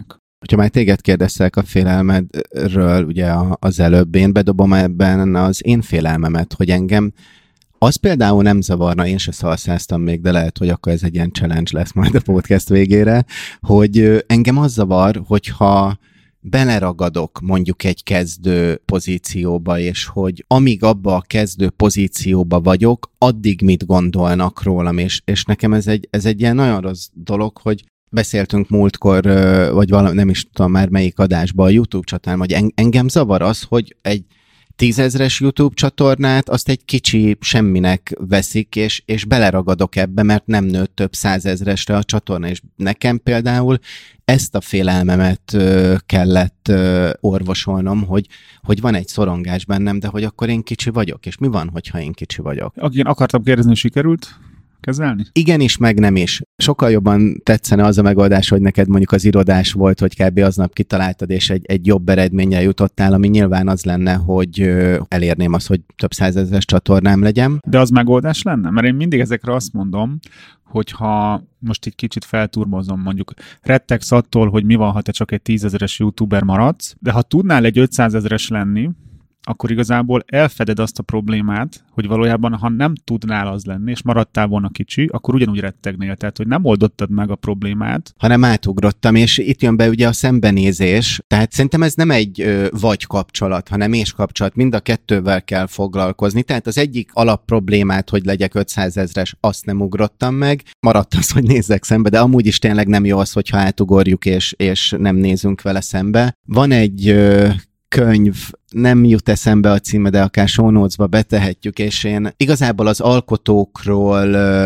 Hogyha már téged kérdeztek a félelmedről, ugye az előbb, én bedobom ebben az én félelmemet, hogy engem az például nem zavarna, én se szalszáztam még, de lehet, hogy akkor ez egy ilyen challenge lesz majd a podcast végére, hogy engem az zavar, hogyha beleragadok mondjuk egy kezdő pozícióba, és hogy amíg abba a kezdő pozícióba vagyok, addig mit gondolnak rólam, és, és nekem ez egy, ez egy ilyen nagyon rossz dolog, hogy beszéltünk múltkor, vagy valami, nem is tudom már melyik adásban, a YouTube csatornán, hogy engem zavar az, hogy egy tízezres YouTube csatornát azt egy kicsi semminek veszik, és, és beleragadok ebbe, mert nem nőtt több százezresre a csatorna, és nekem például ezt a félelmemet ö, kellett ö, orvosolnom, hogy, hogy van egy szorongás bennem, de hogy akkor én kicsi vagyok, és mi van, hogyha én kicsi vagyok? Akik akartam kérdezni, sikerült kezelni? Igen is, meg nem is. Sokkal jobban tetszene az a megoldás, hogy neked mondjuk az irodás volt, hogy kb. Aznap kitaláltad, és egy, egy jobb eredménnyel jutottál, ami nyilván az lenne, hogy elérném azt, hogy több százezres csatornám legyen. De az megoldás lenne? Mert én mindig ezekre azt mondom, hogyha most egy kicsit felturmozom, mondjuk rettegsz attól, hogy mi van, ha te csak egy tízezeres youtuber maradsz, de ha tudnál egy ötszázezres lenni, akkor igazából elfeded azt a problémát, hogy valójában, ha nem tudnál az lenni, és maradtál volna kicsi, akkor ugyanúgy rettegnél. Tehát, hogy nem oldottad meg a problémát. Hanem átugrottam, és itt jön be ugye a szembenézés. Tehát szerintem ez nem egy ö, vagy kapcsolat, hanem és kapcsolat. Mind a kettővel kell foglalkozni. Tehát az egyik alapproblémát, hogy legyek ötszázezres, azt nem ugrottam meg. Maradt az, hogy nézzek szembe, de amúgy is tényleg nem jó az, hogyha átugorjuk, és, és nem nézünk vele szembe. Van egy ö, könyv, nem jut eszembe a címe, de akár show notes-ba betehetjük, és én igazából az alkotókról,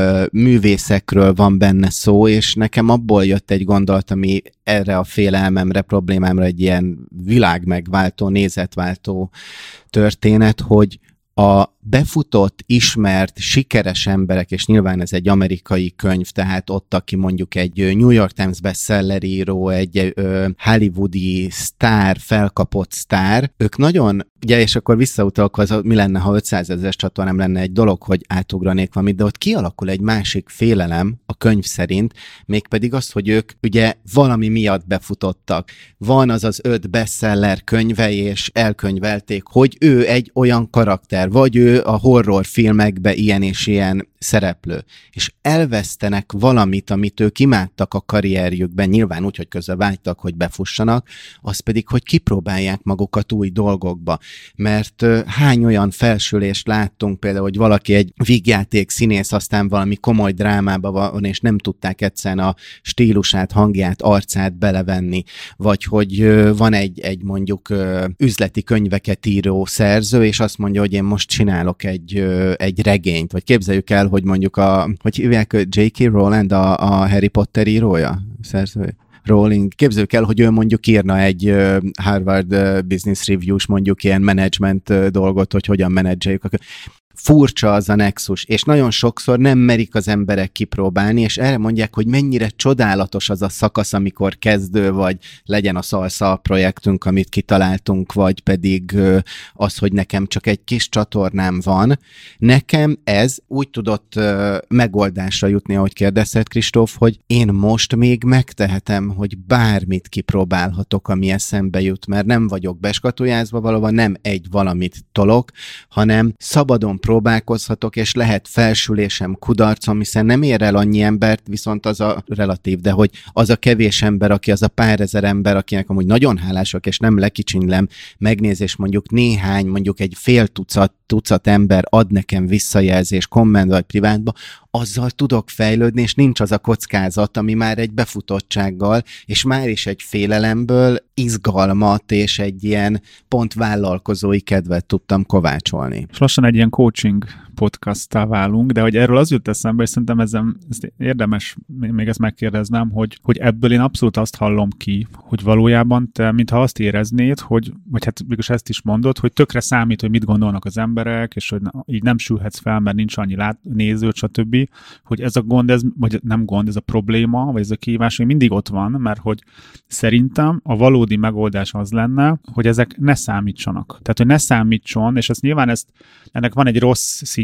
művészekről van benne szó, és nekem abból jött egy gondolat, ami erre a félelmemre, problémámra egy ilyen világmegváltó, nézetváltó történet, hogy a befutott, ismert, sikeres emberek, és nyilván ez egy amerikai könyv, tehát ott, aki mondjuk egy New York Times bestseller író, egy ö, hollywoodi sztár, felkapott sztár, ők nagyon, ugye, és akkor visszautalok, az, mi lenne, ha ötszázezres csatornám lenne egy dolog, hogy átugranék valamit, de ott kialakul egy másik félelem a könyv szerint, mégpedig az, hogy ők ugye valami miatt befutottak. Van az az öt bestseller könyve, és elkönyvelték, hogy ő egy olyan karakter, vagy ő a horrorfilmekbe ilyen és ilyen szereplő, és elvesztenek valamit, amit ők imádtak a karrierjükben, nyilván úgy, hogy közben vágytak, hogy befussanak, az pedig, hogy kipróbálják magukat új dolgokba. Mert uh, hány olyan felsülést láttunk például, hogy valaki egy vígjáték színész, aztán valami komoly drámába van, és nem tudták egyszerűen a stílusát, hangját, arcát belevenni. Vagy hogy uh, van egy, egy mondjuk uh, üzleti könyveket író szerző, és azt mondja, hogy én most csinálok egy, uh, egy regényt, vagy képzeljük el, hogy mondjuk a, hogy hívják, jé ká. Rowling, a, a Harry Potter írója, szerzője? Rowling. Képzeljük el, hogy ő mondjuk írna egy uh, Harvard uh, Business Review-s mondjuk ilyen management uh, dolgot, hogy hogyan menedzseljük. Furcsa az a nexus, és nagyon sokszor nem merik az emberek kipróbálni, és erre mondják, hogy mennyire csodálatos az a szakasz, amikor kezdő vagy, legyen a Salsa projektünk, amit kitaláltunk, vagy pedig az, hogy nekem csak egy kis csatornám van. Nekem ez úgy tudott megoldásra jutni, ahogy kérdezted, Kristóf, hogy én most még megtehetem, hogy bármit kipróbálhatok, ami eszembe jut, mert nem vagyok beskatujázva, valóban nem egy valamit tolok, hanem szabadon próbálkozhatok, és lehet felsülésem, kudarcom, hiszen nem ér el annyi embert, viszont az a relatív, de hogy az a kevés ember, aki az a pár ezer ember, akinek amúgy nagyon hálások, és nem lekicsinylem, megnéz, és mondjuk néhány, mondjuk egy fél tucat, tucat ember ad nekem visszajelzés, komment vagy privátba, azzal tudok fejlődni, és nincs az a kockázat, ami már egy befutottsággal, és már is egy félelemből izgalmat, és egy ilyen pont vállalkozói kedvet tudtam kovácsolni. És lassan egy ilyen coaching podcasttá válunk, de hogy erről az jut eszembe, és szerintem ezen, ezt érdemes még ezt megkérdeznem, hogy, hogy ebből én abszolút azt hallom ki, hogy valójában te, mintha azt éreznéd, hogy, vagy hát mégis ezt is mondod, hogy tökre számít, hogy mit gondolnak az emberek, és hogy így nem sülhetsz fel, mert nincs annyi lát, néző, stb., hogy ez a gond, ez, vagy nem gond, ez a probléma, vagy ez a kihívás, hogy mindig ott van, mert hogy szerintem a valódi megoldás az lenne, hogy ezek ne számítsanak. Tehát, hogy ne számítson, és ezt nyilván ezt, ennek van egy rossz szín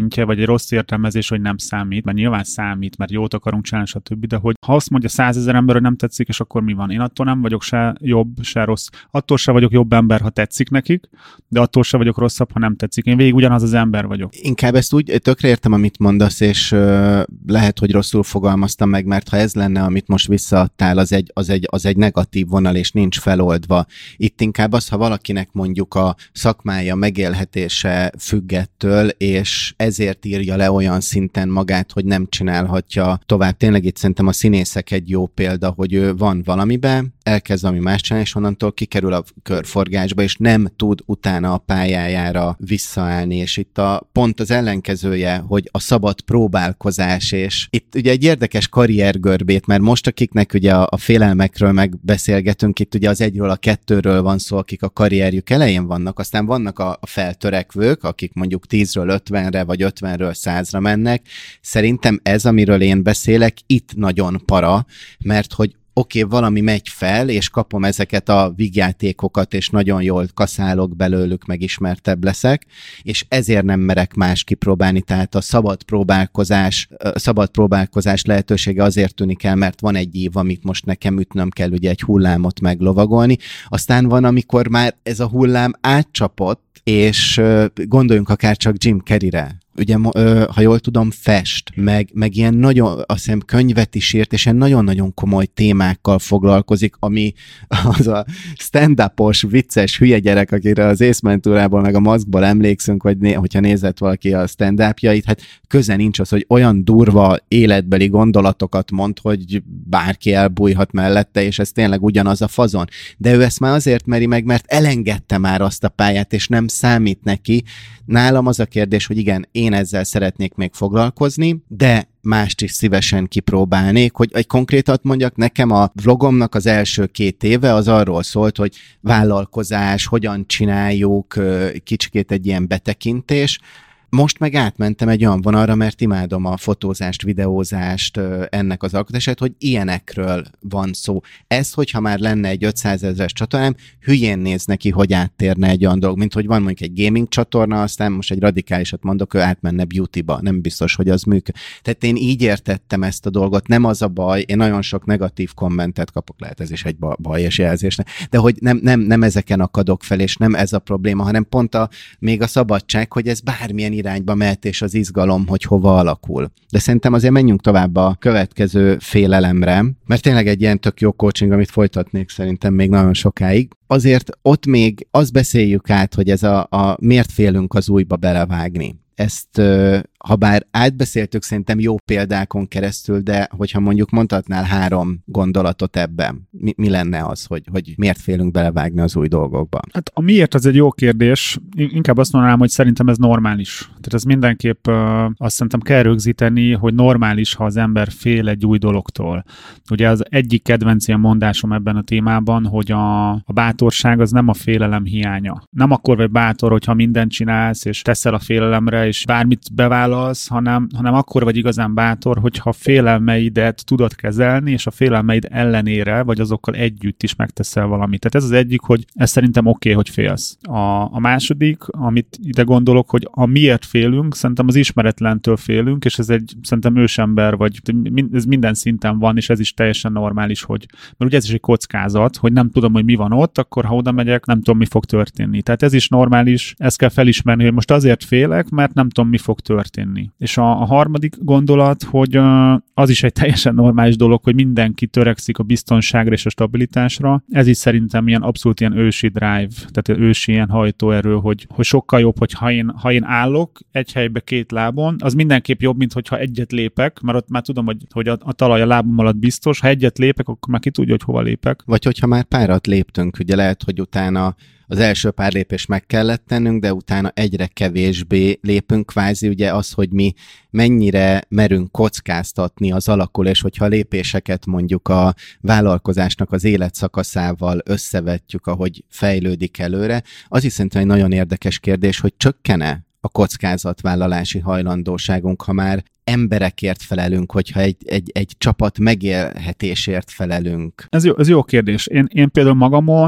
szintje, vagy egy rossz értelmezés, hogy nem számít, mert nyilván számít, mert jót akarunk csinálni, stb. De hogy ha azt mondja százezer ember, hogy nem tetszik, és akkor mi van? Én attól nem vagyok se jobb, se rossz. Attól se vagyok jobb ember, ha tetszik nekik, de attól se vagyok rosszabb, ha nem tetszik. Én végig ugyanaz az ember vagyok. Inkább ezt úgy tökre értem, amit mondasz, és uh, lehet, hogy rosszul fogalmaztam meg, mert ha ez lenne, amit most visszaadtál, az egy, az egy, az egy negatív vonal, és nincs feloldva. Itt inkább az, ha valakinek mondjuk a szakmája, megélhetése függettől, és ezért írja le olyan szinten magát, hogy nem csinálhatja tovább. Tényleg itt szerintem a színészek egy jó példa, hogy ő van valamiben, elkezd valami más csinálni, és onnantól kikerül a körforgásba, és nem tud utána a pályájára visszaállni, és itt a pont az ellenkezője, hogy a szabad próbálkozás, és itt ugye egy érdekes karriergörbét, mert most akiknek ugye a, a félelmekről megbeszélgetünk, itt ugye az egyről, a kettőről van szó, akik a karrierjük elején vannak, aztán vannak a, a feltörekvők, akik mondjuk tízről ötvenre, vagy ötvenről százra mennek. Szerintem ez, amiről én beszélek, itt nagyon para, mert hogy oké, okay, valami megy fel, és kapom ezeket a vígjátékokat, és nagyon jól kaszálok belőlük, megismertebb leszek, és ezért nem merek más kipróbálni, tehát a szabad próbálkozás, a szabad próbálkozás lehetősége azért tűnik el, mert van egy év, amit most nekem ütnöm kell, ugye egy hullámot meglovagolni, aztán van, amikor már ez a hullám átcsapott, és gondoljunk akár csak Jim Carreyre. Ugye, ha jól tudom, fest, meg, meg ilyen nagyon, azt hiszem, könyvet is írt, és ilyen nagyon-nagyon komoly témákkal foglalkozik, ami az a stand-upos, vicces, hülye gyerek, akire az Ace Venturából, meg a Maszkból emlékszünk, vagy né, hogyha nézett valaki a stand-upjait, hát köze nincs az, hogy olyan durva életbeli gondolatokat mond, hogy bárki elbújhat mellette, és ez tényleg ugyanaz a fazon. De ő ezt már azért meri meg, mert elengedte már azt a pályát, és nem számít neki. Nálam az a kérdés, hogy igen, én ezzel szeretnék még foglalkozni, de mást is szívesen kipróbálnék, hogy egy konkrétat mondjak, nekem a vlogomnak az első két éve az arról szólt, hogy vállalkozás, hogyan csináljuk, kicsikét egy ilyen betekintés. Most meg átmentem egy olyan vonalra, mert imádom a fotózást, videózást, ennek az alkotását, hogy ilyenekről van szó. Ez, hogyha már lenne egy ötszázezres csatornám, hülyén néz neki, hogy áttérne egy olyan dolog, mint hogy van mondjuk egy gaming csatorna, aztán most egy radikálisat mondok, ő átmenne beautyba, nem biztos, hogy az működik. Tehát én így értettem ezt a dolgot, nem az a baj, én nagyon sok negatív kommentet kapok, lehet ez is egy baj és jelzés, de hogy nem, nem, nem ezeken akadok fel, és nem ez a probléma, hanem pont a, még a szabadság, hogy ez bármilyen irányba mehet, és az izgalom, hogy hova alakul. De szerintem azért menjünk tovább a következő félelemre, mert tényleg egy ilyen tök jó coaching, amit folytatnék szerintem még nagyon sokáig. Azért ott még azt beszéljük át, hogy ez a, a miért félünk az újba belevágni. Ezt, ha bár átbeszéltük szerintem jó példákon keresztül, de hogyha mondjuk mondhatnál három gondolatot ebben, mi, mi lenne az, hogy, hogy miért félünk belevágni az új dolgokba? Hát a miért az egy jó kérdés. Inkább azt mondanám, hogy szerintem ez normális. Tehát ez mindenképp azt szerintem kell rögzíteni, hogy normális, ha az ember fél egy új dologtól. Ugye az egyik kedvenc ilyen mondásom ebben a témában, hogy a, a bátorság az nem a félelem hiánya. Nem akkor vagy bátor, hogyha mindent csinálsz, és teszel a félelemre, és bármit bevállalsz, hanem, hanem akkor vagy igazán bátor, hogyha félelmeidet tudod kezelni, és a félelmeid ellenére, vagy azokkal együtt is megteszel valamit. Tehát ez az egyik, hogy ez szerintem oké, okay, hogy félsz. A, a második, amit ide gondolok, hogy a miért félünk, szerintem az ismeretlentől félünk, és ez egy szerintem ősember, vagy ez minden szinten van, és ez is teljesen normális, hogy, mert ugye ez is egy kockázat, hogy nem tudom, hogy mi van ott, akkor ha oda megyek, nem tudom, mi fog történni. Tehát ez is normális, ezt kell felismerni, hogy most azért félek, mert nem tudom, mi fog történni. És a, a harmadik gondolat, hogy uh, az is egy teljesen normális dolog, hogy mindenki törekszik a biztonságra és a stabilitásra. Ez is szerintem ilyen abszolút ilyen ősi drive, tehát ősi ilyen hajtóerő, hogy, hogy sokkal jobb, hogy ha én, ha én állok egy helybe két lábon, az mindenképp jobb, mint hogyha egyet lépek, mert ott már tudom, hogy, hogy a, a talaj a lábam alatt biztos, ha egyet lépek, akkor már ki tudja, hogy hova lépek. Vagy hogyha már párat léptünk, ugye lehet, hogy utána az első pár lépést meg kellett tennünk, de utána egyre kevésbé lépünk, kvázi ugye az, hogy mi mennyire merünk kockáztatni az alakulás, hogyha a lépéseket mondjuk a vállalkozásnak az életszakaszával összevetjük, ahogy fejlődik előre, az is szerintem egy nagyon érdekes kérdés, hogy csökkene a kockázatvállalási hajlandóságunk, ha már emberekért felelünk, hogyha egy, egy, egy csapat megélhetésért felelünk. Ez jó, ez jó kérdés. Én, én például magamon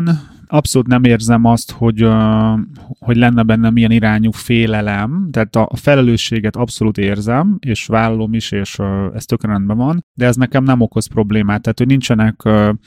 abszolút nem érzem azt, hogy, hogy lenne bennem ilyen irányú félelem, tehát a felelősséget abszolút érzem, és vállalom is, és ez tök rendben van, de ez nekem nem okoz problémát, tehát hogy nincsenek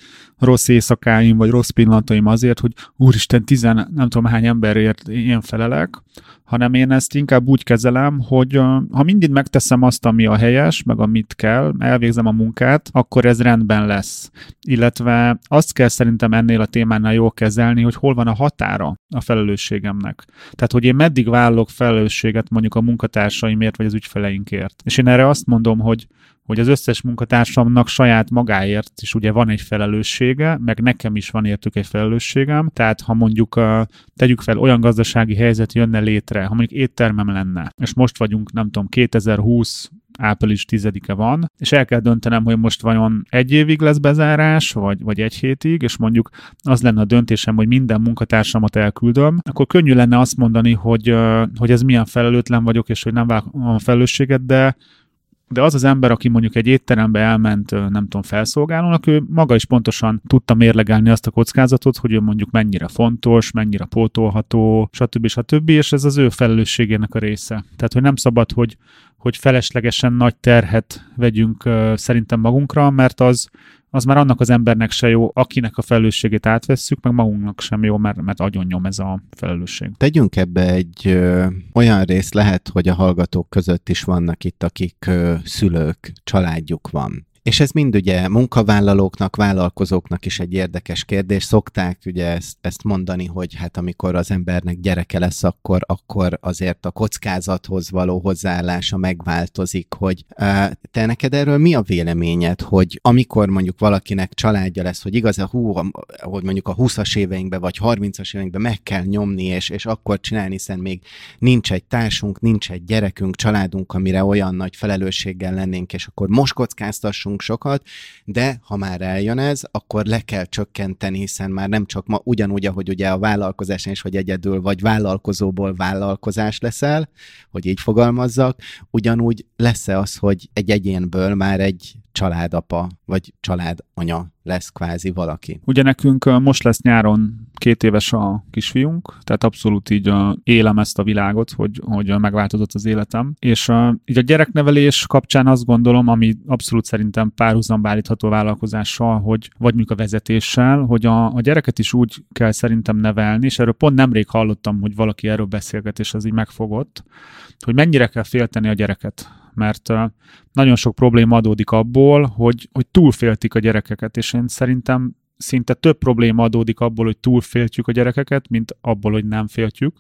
rossz éjszakáim, vagy rossz pillanataim azért, hogy úristen, tizen nem tudom hány emberért én felelek, hanem én ezt inkább úgy kezelem, hogy ha mindig megteszem azt, ami a helyes, meg amit kell, elvégzem a munkát, akkor ez rendben lesz. Illetve azt kell szerintem ennél a témánál jól kezelni, hogy hol van a határa a felelősségemnek. Tehát, hogy én meddig vállalok felelősséget mondjuk a munkatársaimért, vagy az ügyfeleinkért. És én erre azt mondom, hogy hogy az összes munkatársamnak saját magáért is ugye van egy felelőssége, meg nekem is van értük egy felelősségem, tehát ha mondjuk uh, tegyük fel, olyan gazdasági helyzet jönne létre, ha mondjuk éttermem lenne, és most vagyunk, nem tudom, kétezer-húsz április tizedike van, és el kell döntenem, hogy most vajon egy évig lesz bezárás, vagy, vagy egy hétig, és mondjuk az lenne a döntésem, hogy minden munkatársamat elküldöm, akkor könnyű lenne azt mondani, hogy, uh, hogy ez milyen felelőtlen vagyok, és hogy nem vállalom a felelősséget, de De az az ember, aki mondjuk egy étterembe elment, nem tudom, felszolgálónak, ő maga is pontosan tudta mérlegelni azt a kockázatot, hogy ő mondjuk mennyire fontos, mennyire pótolható, stb. stb. És ez az ő felelősségének a része. Tehát, hogy nem szabad, hogy, hogy feleslegesen nagy terhet vegyünk uh, szerintem magunkra, mert az, az már annak az embernek se jó, akinek a felelősségét átvesszük, meg magunknak sem jó, mert, mert agyonnyom ez a felelősség. Tegyünk ebbe egy ö, olyan részt, lehet, hogy a hallgatók között is vannak itt, akik ö, szülők, családjuk van. És ez mind ugye munkavállalóknak, vállalkozóknak is egy érdekes kérdés. Szokták ugye ezt, ezt mondani, hogy hát amikor az embernek gyereke lesz, akkor, akkor azért a kockázathoz való hozzáállása megváltozik, hogy uh, te neked erről mi a véleményed, hogy amikor mondjuk valakinek családja lesz, hogy igaz, hú, hogy mondjuk a húszas éveinkben vagy harmincas éveinkben meg kell nyomni, és, és akkor csinálni, hiszen még nincs egy társunk, nincs egy gyerekünk, családunk, amire olyan nagy felelősséggel lennénk, és akkor most kockáztassunk sokat, de ha már eljön ez, akkor le kell csökkenteni, hiszen már nem csak ma ugyanúgy, ahogy ugye a vállalkozásán is, hogy egyedül vagy vállalkozóból vállalkozás leszel, hogy így fogalmazzak, ugyanúgy lesz-e az, hogy egy egyénből már egy családapa vagy családanya lesz kvázi valaki. Ugye nekünk most lesz nyáron két éves a kisfiunk, tehát abszolút így élem ezt a világot, hogy, hogy megváltozott az életem. És így a gyereknevelés kapcsán azt gondolom, ami abszolút szerintem párhuzamba állítható vállalkozással, hogy, vagy mondjuk a vezetéssel, hogy a, a gyereket is úgy kell szerintem nevelni, és erről pont nemrég hallottam, hogy valaki erről beszélget, és az így megfogott, hogy mennyire kell félteni a gyereket. Mert nagyon sok probléma adódik abból, hogy, hogy túlféltik a gyerekeket, és én szerintem szinte több probléma adódik abból, hogy túlféltjük a gyerekeket, mint abból, hogy nem féltjük.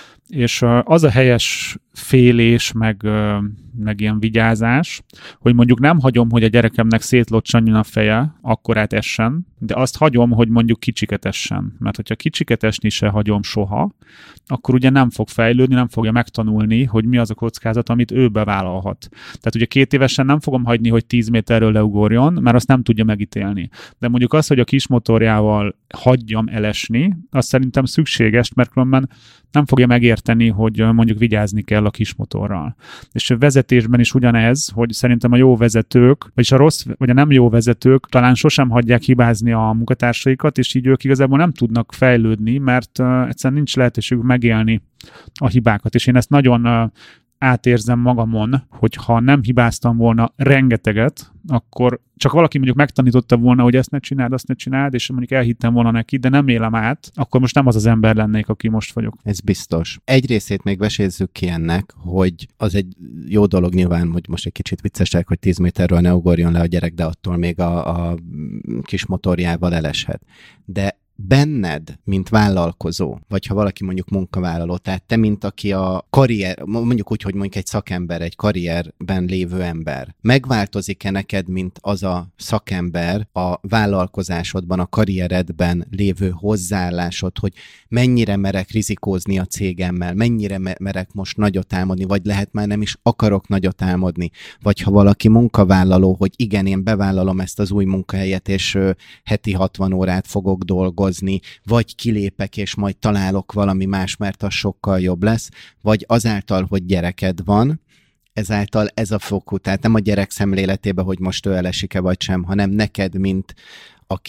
És az a helyes félés, meg, meg ilyen vigyázás, hogy mondjuk nem hagyom, hogy a gyerekemnek szétlocsanjon a feje, akkorát essen, de azt hagyom, hogy mondjuk kicsiket essen. Mert hogyha kicsiket esni se hagyom soha, akkor ugye nem fog fejlődni, nem fogja megtanulni, hogy mi az a kockázat, amit ő bevállalhat. Tehát ugye két évesen nem fogom hagyni, hogy tíz méterről leugorjon, mert azt nem tudja megítélni. De mondjuk az, hogy a kis motorjával hagyjam elesni, az szerintem szükséges, mert különben nem fogja megérteni, hogy mondjuk vigyázni kell a kis motorral. És a vezetésben is ugyanez, hogy szerintem a jó vezetők, vagyis a rossz, vagy a nem jó vezetők talán sosem hagyják hibázni a munkatársaikat, és így ők igazából nem tudnak fejlődni, mert uh, egyszerűen nincs lehetőségük megélni a hibákat. És én ezt nagyon uh, átérzem magamon, hogy ha nem hibáztam volna rengeteget, akkor csak valaki mondjuk megtanította volna, hogy ezt ne csináld, azt ne csináld, és mondjuk elhittem volna neki, de nem élem át, akkor most nem az az ember lennék, aki most vagyok. Ez biztos. Egy részét még vesézzük ki ennek, hogy az egy jó dolog nyilván, hogy most egy kicsit viccesek, hogy tíz méterről ne ugorjon le a gyerek, de attól még a, a kis motorjával eleshet. De benned, mint vállalkozó, vagy ha valaki mondjuk munkavállaló, tehát te, mint aki a karrier, mondjuk úgy, hogy mondjuk egy szakember, egy karrierben lévő ember, megváltozik-e neked, mint az a szakember a vállalkozásodban, a karrieredben lévő hozzáállásod, hogy mennyire merek rizikózni a cégemmel, mennyire merek most nagyot álmodni, vagy lehet már nem is akarok nagyot álmodni, vagy ha valaki munkavállaló, hogy igen, én bevállalom ezt az új munkahelyet, és ö, heti hatvan órát fogok dolgozni, vagy kilépek, és majd találok valami más, mert az sokkal jobb lesz, vagy azáltal, hogy gyereked van, ezáltal ez a fokú, tehát nem a gyerek szemléletében, hogy most ő elesik-e vagy sem, hanem neked, mint aki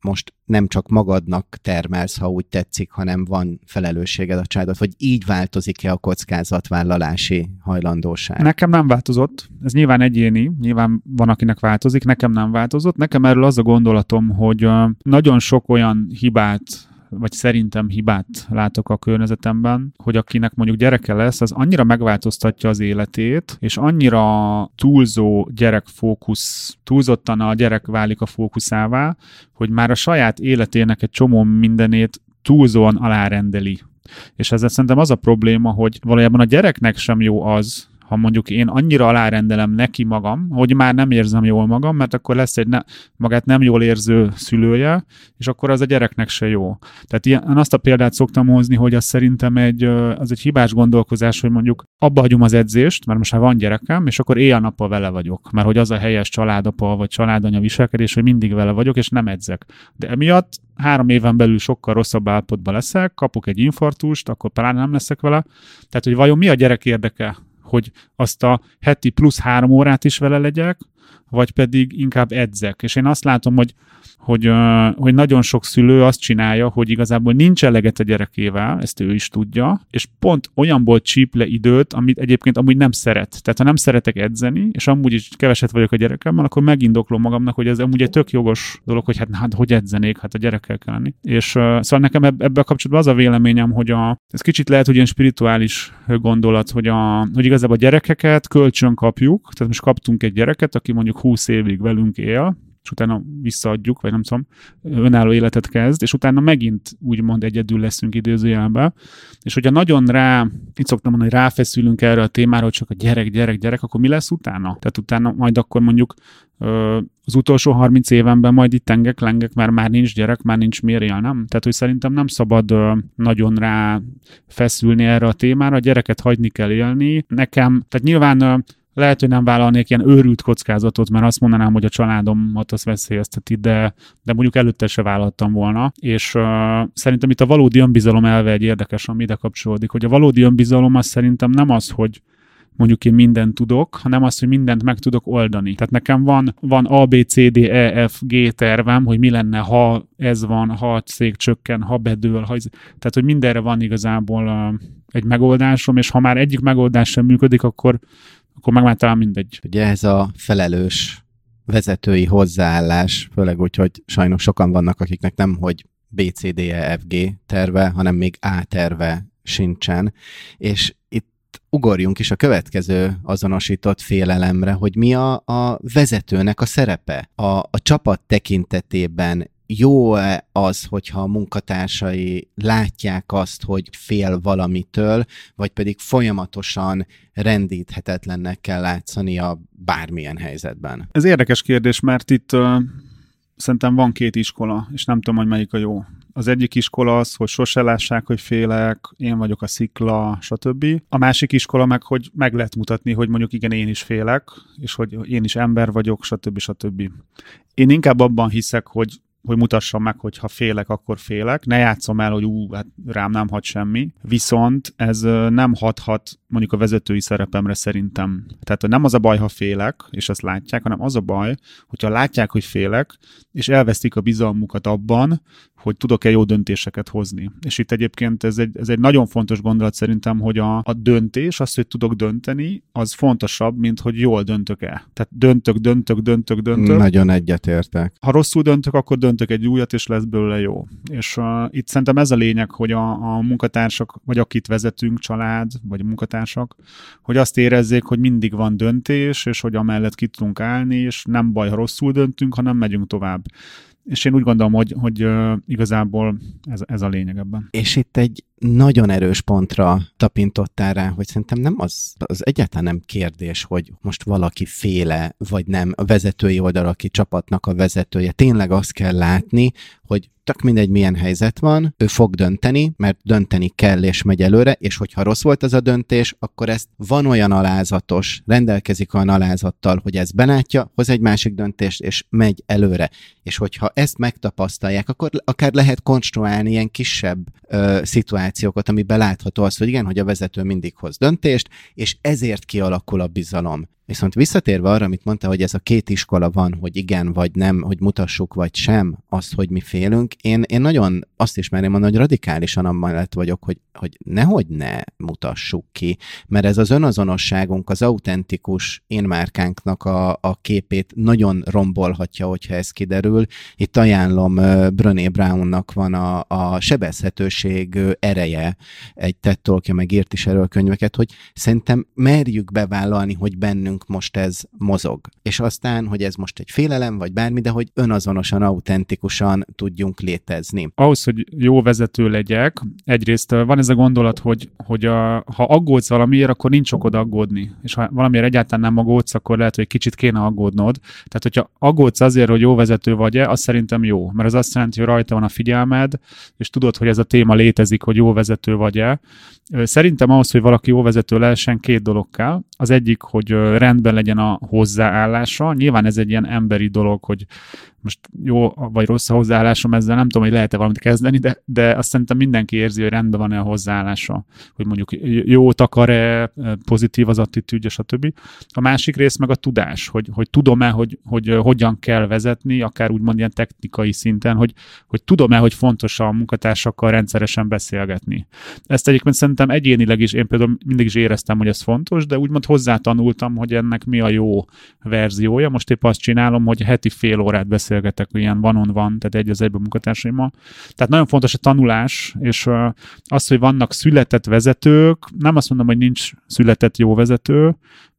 most nem csak magadnak termelsz, ha úgy tetszik, hanem van felelősséged a családod, vagy így változik-e a kockázatvállalási hajlandóság? Nekem nem változott. Ez nyilván egyéni, nyilván van, akinek változik, nekem nem változott. Nekem erről az a gondolatom, hogy nagyon sok olyan hibát, vagy szerintem hibát látok a környezetemben, hogy akinek mondjuk gyereke lesz, az annyira megváltoztatja az életét, és annyira túlzó gyerekfókusz, túlzottan a gyerek válik a fókuszává, hogy már a saját életének egy csomó mindenét túlzóan alárendeli. És ezzel szerintem az a probléma, hogy valójában a gyereknek sem jó az, ha mondjuk én annyira alárendelem neki magam, hogy már nem érzem jól magam, mert akkor lesz egy ne, magát nem jól érző szülője, és akkor az a gyereknek se jó. Tehát ilyen, azt a példát szoktam hozni, hogy az szerintem egy, az egy hibás gondolkozás, hogy mondjuk abba hagyom az edzést, mert most már van gyerekem, és akkor éjjel-nappal vele vagyok, mert hogy az a helyes családapa vagy családanya viselkedés, hogy mindig vele vagyok, és nem edzek. De emiatt három éven belül sokkal rosszabb állapotban leszek, kapok egy infarktust, akkor pláne nem leszek vele. Tehát, hogy vajon mi a gyerek érdeke? Hogy azt a heti plusz három órát is vele legyek, vagy pedig inkább edzek. És én azt látom, hogy, hogy, hogy nagyon sok szülő azt csinálja, hogy igazából nincs eleget a gyerekével, ezt ő is tudja, és pont olyanból csíp le időt, amit egyébként amúgy nem szeret. Tehát ha nem szeretek edzeni, és amúgy is keveset vagyok a gyerekemmel, akkor megindoklom magamnak, hogy ez amúgy egy tök jogos dolog, hogy hát, hát hogy edzenék, hát a gyerekkel kell lenni. És uh, szóval nekem eb- ebben kapcsolatban az a véleményem, hogy a, ez kicsit lehet, hogy ilyen spirituális gondolat, hogy, a, hogy igazából a gyerekeket kölcsön kapjuk, tehát most kaptunk egy gyereket, aki mondjuk húsz évig velünk él, és utána visszaadjuk, vagy nem tudom, önálló életet kezd, és utána megint úgymond egyedül leszünk idézőjelben. És hogyha nagyon rá, itt szoktam mondani, hogy ráfeszülünk erre a témára, hogy csak a gyerek, gyerek, gyerek, akkor mi lesz utána? Tehát utána majd akkor mondjuk az utolsó harminc évenben majd itt tengek, lengek, mert már nincs gyerek, már nincs miért élnem. Tehát, hogy szerintem nem szabad nagyon rá feszülni erre a témára, a gyereket hagyni kell élni. Nekem, tehát nyilván lehet, hogy nem vállalnék ilyen őrült kockázatot, mert azt mondanám, hogy a családomat azt veszélyezteti, de, de mondjuk előtte se vállaltam volna. És uh, szerintem itt a valódi önbizalom elve egy érdekes, ami ide kapcsolódik, hogy a valódi önbizalom az szerintem nem az, hogy mondjuk én mindent tudok, hanem az, hogy mindent meg tudok oldani. Tehát nekem van, van A, B, C, D, E, F, G tervem, hogy mi lenne, ha ez van, ha a cég csökken, ha bedől, ha ez... Tehát, hogy mindenre van igazából uh, egy megoldásom, és ha már egyik megoldás sem működik, akkor akkor meg már talán mindegy. Ugye ez a felelős vezetői hozzáállás, főleg úgy, hogy sajnos sokan vannak, akiknek nem, hogy B, C, D, E, F, G terve, hanem még A terve sincsen, és itt ugorjunk is a következő azonosított félelemre, hogy mi a, a vezetőnek a szerepe. A, a csapat tekintetében jó-e az, hogyha a munkatársai látják azt, hogy fél valamitől, vagy pedig folyamatosan rendíthetetlennek kell látszania bármilyen helyzetben? Ez érdekes kérdés, mert itt uh, szerintem van két iskola, és nem tudom, hogy melyik a jó. Az egyik iskola az, hogy sose lássák, hogy félek, én vagyok a szikla, stb. A másik iskola meg, hogy meg lehet mutatni, hogy mondjuk igen, én is félek, és hogy én is ember vagyok, stb. stb. Én inkább abban hiszek, hogy hogy mutassam meg, hogy ha félek, akkor félek. Ne játsszam el, hogy ú, hát rám nem hat semmi. Viszont ez nem hathat mondjuk a vezetői szerepemre szerintem. Tehát nem az a baj, ha félek, és azt látják, hanem az a baj, hogyha látják, hogy félek, és elvesztik a bizalmukat abban, hogy tudok-e jó döntéseket hozni. És itt egyébként ez egy, ez egy nagyon fontos gondolat szerintem, hogy a, a döntés, az, hogy tudok dönteni, az fontosabb, mint hogy jól döntök-e. Tehát döntök, döntök, döntök, döntök. Nagyon egyetértek. Ha rosszul döntök, akkor döntök egy újat, és lesz belőle jó. És uh, itt szerintem ez a lényeg, hogy a, a munkatársak, vagy akit vezetünk, család, vagy munkatársak, hogy azt érezzék, hogy mindig van döntés, és hogy amellett ki tudunk állni, és nem baj, ha rosszul döntünk, hanem megyünk tovább. És én úgy gondolom, hogy, hogy uh, igazából ez, ez a lényeg ebben. És itt egy nagyon erős pontra tapintottál rá, hogy szerintem nem az, az egyáltalán nem kérdés, hogy most valaki féle, vagy nem, a vezetői oldal, aki csapatnak a vezetője. Tényleg azt kell látni, hogy tök mindegy milyen helyzet van, ő fog dönteni, mert dönteni kell és megy előre, és hogyha rossz volt az a döntés, akkor ezt van olyan alázatos, rendelkezik olyan alázattal, hogy ezt belátja, hoz egy másik döntést, és megy előre. És hogyha ezt megtapasztalják, akkor akár lehet konstruálni ilyen kisebb ö, szituációkat, amiben látható az, hogy igen, hogy a vezető mindig hoz döntést, és ezért kialakul a bizalom. Viszont visszatérve arra, amit mondta, hogy ez a két iskola van, hogy igen vagy nem, hogy mutassuk vagy sem azt, hogy mi félünk, én, én nagyon azt is merném mondani, hogy radikálisan amellett vagyok, hogy, hogy nehogy ne mutassuk ki, mert ez az önazonosságunk, az autentikus énmárkánknak a, a képét nagyon rombolhatja, hogyha ez kiderül. Itt ajánlom, Brené Brownnak van a, a sebezhetőség ereje, egy TED Talkja, meg írt is erről könyveket, hogy szerintem merjük bevállalni, hogy bennünk most ez mozog. És aztán, hogy ez most egy félelem, vagy bármi, de hogy önazonosan, autentikusan tudjunk létezni. Ahhoz, hogy jó vezető legyek, egyrészt van ez a gondolat, hogy, hogy a, ha aggódsz valamiért, akkor nincs okod aggódni. És ha valamiért egyáltalán nem aggódsz, akkor lehet, hogy kicsit kéne aggódnod. Tehát, hogyha aggódsz azért, hogy jó vezető vagy-e, az szerintem jó. Mert az azt jelenti, hogy rajta van a figyelmed, és tudod, hogy ez a téma létezik, hogy jó vezető vagy-e. Szerintem ahhoz, hogy valaki jó vezető lehessen, két dolog kell. Az egyik, hogy rendben legyen a hozzáállása. Nyilván ez egy ilyen emberi dolog, hogy most jó vagy rossz a hozzáállásom, ezzel nem tudom, hogy lehet-e valamit kezdeni, de, de azt szerintem mindenki érzi, hogy rendben van-e a hozzáállása, hogy mondjuk jót akar-e, pozitív az attitűdje, stb. A másik rész meg a tudás, hogy, hogy tudom-e, hogy, hogy hogyan kell vezetni, akár úgymond ilyen technikai szinten, hogy, hogy tudom-e, hogy fontos a munkatársakkal rendszeresen beszélgetni. Ezt egyébként szerintem egyénileg is, én például mindig is éreztem, hogy ez fontos, de úgymond hozzátanultam, hogy ennek mi a jó verziója. Most épp azt csinálom, hogy heti fél órát beszélgetek ilyen van-on-van, tehát egy az egyben munkatársaimmal. Tehát nagyon fontos a tanulás, és az, hogy vannak született vezetők, nem azt mondom, hogy nincs született jó vezető,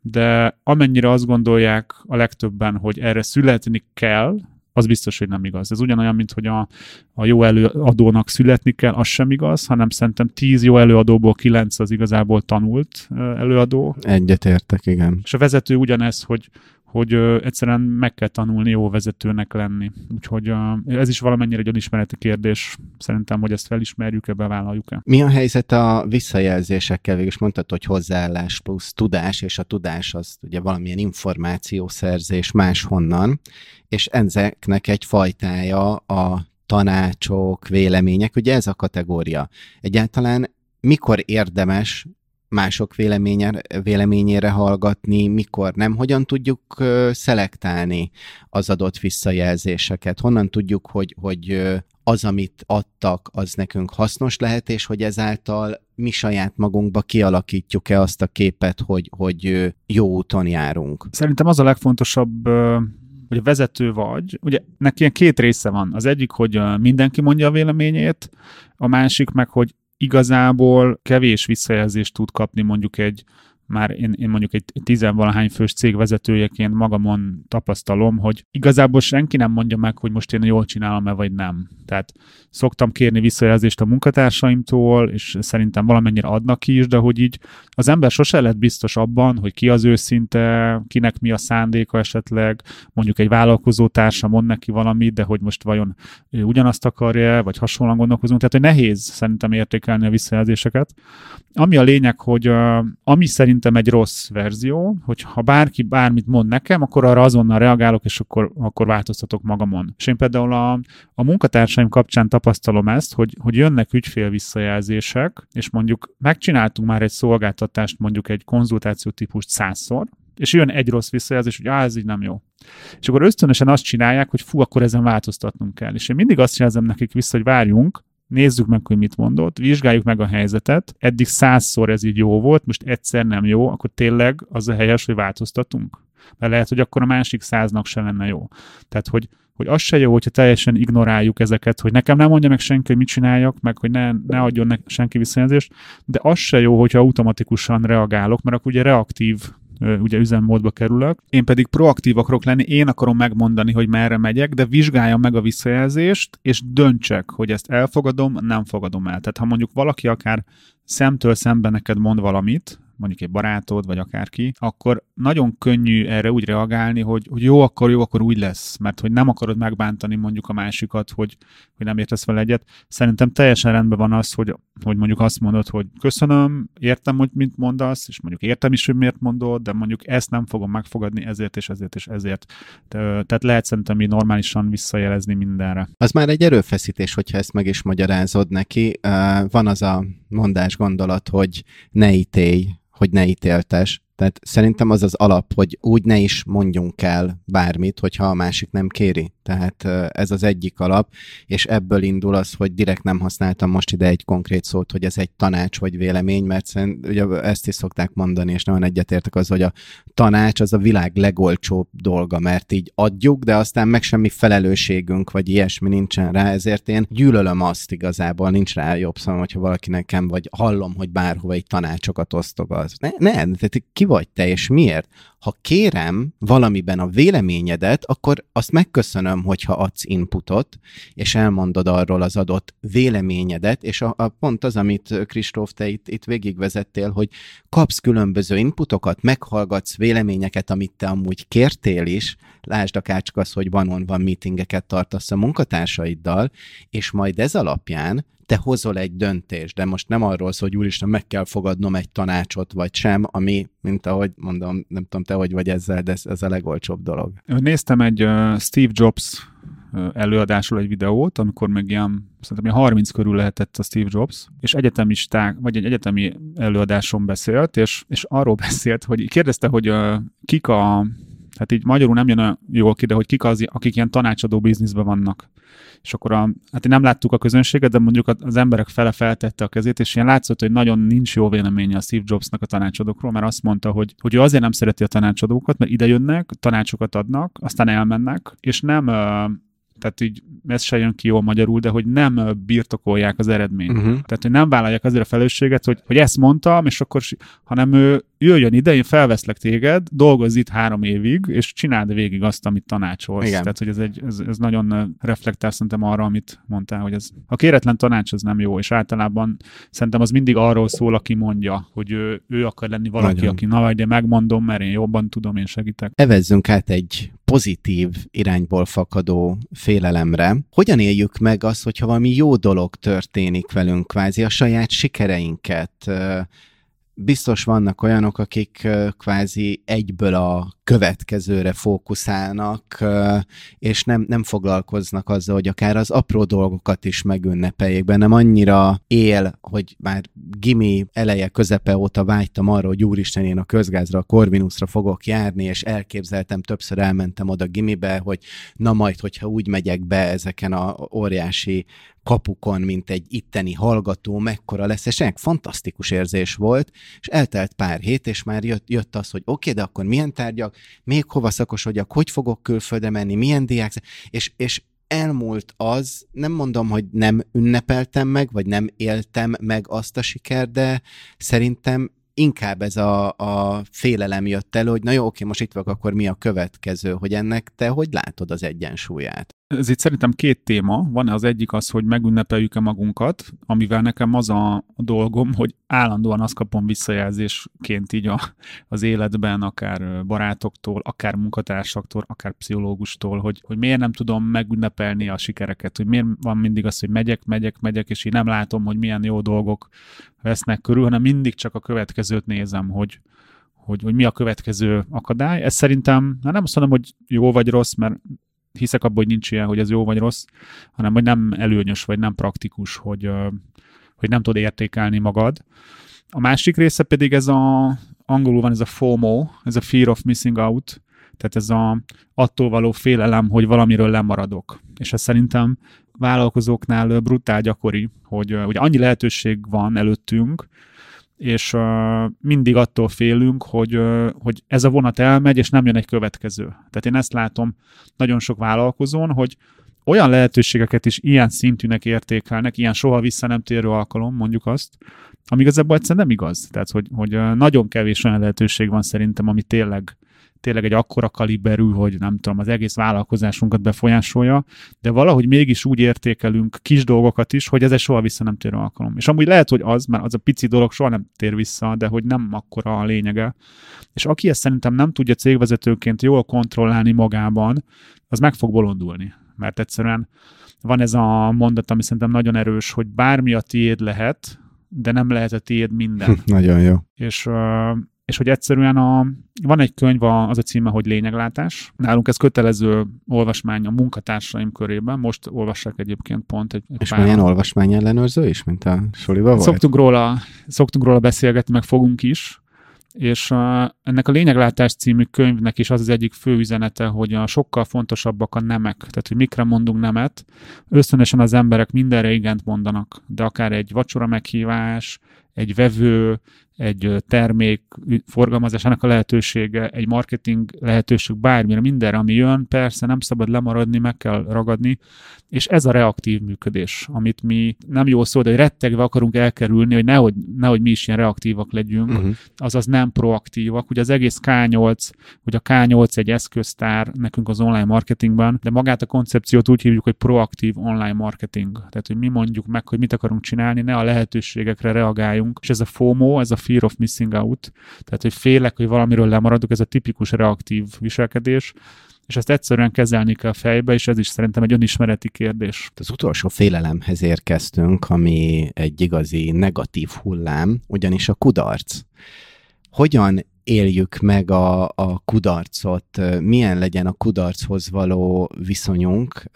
de amennyire azt gondolják a legtöbben, hogy erre születni kell, az biztos, hogy nem igaz. Ez ugyanolyan, mint hogy a, a jó előadónak születni kell, az sem igaz, hanem szerintem tíz jó előadóból kilenc az igazából tanult előadó. Egyetértek, igen. És a vezető ugyanez, hogy hogy ö, egyszerűen meg kell tanulni jó vezetőnek lenni. Úgyhogy ö, ez is valamennyire egy önismereti kérdés. Szerintem, hogy ezt felismerjük-e, bevállaljuk-e. Mi a helyzet a visszajelzésekkel? Végülis mondtad, hogy hozzáállás plusz tudás, és a tudás az ugye valamilyen információszerzés máshonnan, és ezeknek egy fajtája a tanácsok, vélemények, ugye ez a kategória. Egyáltalán mikor érdemes mások véleményére hallgatni, mikor nem, hogyan tudjuk uh, szelektálni az adott visszajelzéseket, honnan tudjuk, hogy, hogy uh, az, amit adtak, az nekünk hasznos lehet, és hogy ezáltal mi saját magunkba kialakítjuk-e azt a képet, hogy, hogy uh, jó úton járunk. Szerintem az a legfontosabb, uh, hogy vezető vagy, ugye neki ilyen két része van. Az egyik, hogy uh, mindenki mondja a véleményét, a másik meg, hogy igazából kevés visszajelzést tud kapni mondjuk egy, már én, én mondjuk egy tizenvalahány fős cég vezetőjeként magamon tapasztalom, hogy igazából senki nem mondja meg, hogy most én jól csinálom-e vagy nem. Tehát szoktam kérni visszajelzést a munkatársaimtól, és szerintem valamennyire adnak ki is, de hogy így az ember sose lett biztos abban, hogy ki az őszinte, kinek mi a szándéka esetleg, mondjuk egy vállalkozó társa mond neki valamit, de hogy most vajon ő ugyanazt akarja, vagy hasonlóan gondolkozunk. Tehát, hogy nehéz szerintem értékelni a visszajelzéseket. Ami a lényeg, hogy uh, ami szerintem egy rossz verzió, hogy ha bárki bármit mond nekem, akkor arra azonnal reagálok, és akkor, akkor változtatok magamon. És én például a, a munkatársaim kapcsán tapasztalom ezt, hogy, hogy jönnek ügyfél visszajelzések, és mondjuk megcsináltunk már egy szolgáltatást, mondjuk egy konzultáció típust százszor, és jön egy rossz visszajelzés, hogy á, ez így nem jó. És akkor ösztönösen azt csinálják, hogy fú, akkor ezen változtatnunk kell. És én mindig azt jelzem nekik vissza, hogy várjunk, nézzük meg, hogy mit mondott, vizsgáljuk meg a helyzetet, eddig százszor ez így jó volt, most egyszer nem jó, akkor tényleg az a helyes, hogy változtatunk. Mert lehet, hogy akkor a másik száznak se lenne jó. Tehát, hogy, hogy az se jó, hogyha teljesen ignoráljuk ezeket, hogy nekem nem mondja meg senki, hogy mit csináljak, meg hogy ne, ne adjon ne, senki visszajelzést, de az se jó, hogyha automatikusan reagálok, mert akkor ugye reaktív ugye üzemmódba kerülök. Én pedig proaktív akarok lenni, én akarom megmondani, hogy merre megyek, de vizsgáljam meg a visszajelzést, és döntsek, hogy ezt elfogadom, nem fogadom el. Tehát ha mondjuk valaki akár szemtől szemben neked mond valamit, mondjuk egy barátod, vagy akárki, akkor nagyon könnyű erre úgy reagálni, hogy, hogy jó, akkor jó, akkor úgy lesz, mert hogy nem akarod megbántani mondjuk a másikat, hogy, hogy nem értesz vele egyet. Szerintem teljesen rendben van az, hogy, hogy mondjuk azt mondod, hogy köszönöm, értem, hogy mit mondasz, és mondjuk értem is, hogy miért mondod, de mondjuk ezt nem fogom megfogadni ezért és ezért és ezért. Tehát lehet szerintem így normálisan visszajelezni mindenre. Az már egy erőfeszítés, hogyha ezt meg is magyarázod neki. Van az a mondás gondolat, hogy ne ítélj, hogy ne ítéltes. Tehát szerintem az az alap, hogy úgy ne is mondjunk el bármit, hogyha a másik nem kéri. Tehát ez az egyik alap, és ebből indul az, hogy direkt nem használtam most ide egy konkrét szót, hogy ez egy tanács vagy vélemény, mert szerint, ugye ezt is szokták mondani, és nagyon egyetértek az, hogy a tanács az a világ legolcsóbb dolga, mert így adjuk, de aztán meg semmi felelősségünk, vagy ilyesmi nincsen rá, ezért én gyűlölöm azt igazából, nincs rá jobb szavam, hogyha valaki nekem, vagy hallom, hogy bárhova egy tanácsokat osztogat. Ne, ne, tehát ki vagy te, és miért? Ha kérem valamiben a véleményedet, akkor azt megköszönöm, hogyha adsz inputot, és elmondod arról az adott véleményedet, és a, a pont az, amit Kristóf, te itt, itt végigvezettél, hogy kapsz különböző inputokat, meghallgatsz véleményeket, amit te amúgy kértél is, lásd akár csak az, hogy one-on-one meetingeket tartasz a munkatársaiddal, és majd ez alapján te hozol egy döntést, de most nem arról szól, hogy úristen, meg kell fogadnom egy tanácsot, vagy sem, ami, mint ahogy mondom, nem tudom te, hogy vagy ezzel, de ez, ez a legolcsóbb dolog. Néztem egy uh, Steve Jobs előadásról egy videót, amikor még ilyen, szerintem ilyen harminc körül lehetett a Steve Jobs, és egyetemisták, vagy egy egyetemi előadáson beszélt, és, és arról beszélt, hogy kérdezte, hogy uh, kik a, hát így magyarul nem jön jól ki, de hogy kik az, akik ilyen tanácsadó bizniszben vannak. És akkor a, hát nem láttuk a közönséget, de mondjuk az emberek fele feltette a kezét, és ilyen látszott, hogy nagyon nincs jó véleménye a Steve Jobsnak a tanácsadókról, mert azt mondta, hogy, hogy ő azért nem szereti a tanácsadókat, mert ide jönnek, tanácsokat adnak, aztán elmennek, és nem, tehát így ez se jön ki jól magyarul, de hogy nem birtokolják az eredményt. Uh-huh. Tehát, hogy nem vállalják azért a felelősséget, hogy, hogy ezt mondtam, és akkor, hanem ő jöjjön ide, én felveszlek téged, dolgozz itt három évig, és csináld végig azt, amit tanácsolsz. Igen. Tehát, hogy ez, egy, ez, ez nagyon reflektál szerintem arra, amit mondtál, hogy ez, a kéretlen tanács az nem jó, és általában szerintem az mindig arról szól, aki mondja, hogy ő, ő akar lenni valaki, nagyon. Aki na vagy, de megmondom, mert én jobban tudom, én segítek. Evezzünk át egy pozitív irányból fakadó félelemre. Hogyan éljük meg azt, hogyha valami jó dolog történik velünk, kvázi a saját sikereinket? Biztos vannak olyanok, akik kvázi egyből a következőre fókuszálnak, és nem, nem foglalkoznak azzal, hogy akár az apró dolgokat is megünnepeljék. Bennem annyira él, hogy már gimi eleje, közepe óta vágytam arra, hogy úristen, én a közgázra, a Corvinusra fogok járni, és elképzeltem, többször elmentem oda gimibe, hogy na majd, hogyha úgy megyek be ezeken a óriási kapukon, mint egy itteni hallgató, mekkora lesz, és ennek fantasztikus érzés volt, és eltelt pár hét, és már jött, jött az, hogy oké, okay, de akkor milyen tárgyak, még hova szakosodjak, hogy fogok külföldre menni, milyen diák, és, és elmúlt az, nem mondom, hogy nem ünnepeltem meg, vagy nem éltem meg azt a sikert, de szerintem inkább ez a, a félelem jött elő, hogy na jó, oké, most itt vagyok, akkor mi a következő, hogy ennek te hogy látod az egyensúlyát? Ez itt szerintem két téma. Van az egyik az, hogy megünnepeljük-e magunkat, amivel nekem az a dolgom, hogy állandóan azt kapom visszajelzésként így a, az életben, akár barátoktól, akár munkatársaktól, akár pszichológustól, hogy, hogy miért nem tudom megünnepelni a sikereket, hogy miért van mindig az, hogy megyek, megyek, megyek, és így nem látom, hogy milyen jó dolgok vesznek körül, hanem mindig csak a következőt nézem, hogy Hogy, hogy mi a következő akadály. Ez szerintem, nem azt mondom, hogy jó vagy rossz, mert hiszek abban, hogy nincs ilyen, hogy ez jó vagy rossz, hanem hogy nem előnyös, vagy nem praktikus, hogy, hogy nem tudod értékelni magad. A másik része pedig ez a, angolul van ez a FOMO, ez a Fear of Missing Out, tehát ez a attól való félelem, hogy valamiről lemaradok. És ez szerintem vállalkozóknál brutál gyakori, hogy ugye annyi lehetőség van előttünk, és uh, mindig attól félünk, hogy, uh, hogy ez a vonat elmegy, és nem jön egy következő. Tehát én ezt látom nagyon sok vállalkozón, hogy olyan lehetőségeket is ilyen szintűnek értékelnek, ilyen soha vissza nem térő alkalom, mondjuk azt, ami igazából egyszerűen nem igaz. Tehát, hogy, hogy uh, nagyon kevés olyan lehetőség van szerintem, ami tényleg tényleg egy akkora kaliberű, hogy nem tudom, az egész vállalkozásunkat befolyásolja, de valahogy mégis úgy értékelünk kis dolgokat is, hogy ez egy soha vissza nem térő alkalom. És amúgy lehet, hogy az, mert az a pici dolog soha nem tér vissza, de hogy nem akkora a lényege. És aki ezt szerintem nem tudja cégvezetőként jól kontrollálni magában, az meg fog bolondulni. Mert egyszerűen van ez a mondat, ami szerintem nagyon erős, hogy bármi a tiéd lehet, de nem lehet a tiéd minden. Nagyon jó. És És hogy egyszerűen a, van egy könyv, az a címe, hogy Lényeglátás. Nálunk ez kötelező olvasmány a munkatársaim körében. Most olvassák egyébként pont egy, egy És pár... milyen olvasmány ellenőrző is, mint a Soliba volt? Szoktunk róla, szoktunk róla beszélgetni, meg fogunk is. És uh, ennek a Lényeglátás című könyvnek is az az egyik fő üzenete, hogy a sokkal fontosabbak a nemek, tehát hogy mikre mondunk nemet. Ösztönösen az emberek mindenre igent mondanak, de akár egy vacsora meghívás, egy vevő, egy termék forgalmazásának a lehetősége, egy marketing lehetőség, bármire, mindenre, ami jön, persze nem szabad lemaradni, meg kell ragadni, és ez a reaktív működés, amit mi nem jó szó, de hogy rettegve akarunk elkerülni, hogy nehogy, nehogy mi is ilyen reaktívak legyünk, uh-huh. azaz nem proaktívak. Ugye az egész ká nyolc, hogy a ká nyolc egy eszköztár nekünk az online marketingben, de magát a koncepciót úgy hívjuk, hogy proaktív online marketing. Tehát, hogy mi mondjuk meg, hogy mit akarunk csinálni, ne a lehetőségekre reagáljunk. És ez a FOMO, ez a fear of missing out, tehát, hogy félek, hogy valamiről lemaradok, ez a tipikus reaktív viselkedés, és ezt egyszerűen kezelni kell fejbe, és ez is szerintem egy önismereti kérdés. Az utolsó félelemhez érkeztünk, ami egy igazi negatív hullám, ugyanis a kudarc. Hogyan éljük meg a, a kudarcot, milyen legyen a kudarchoz való viszonyunk?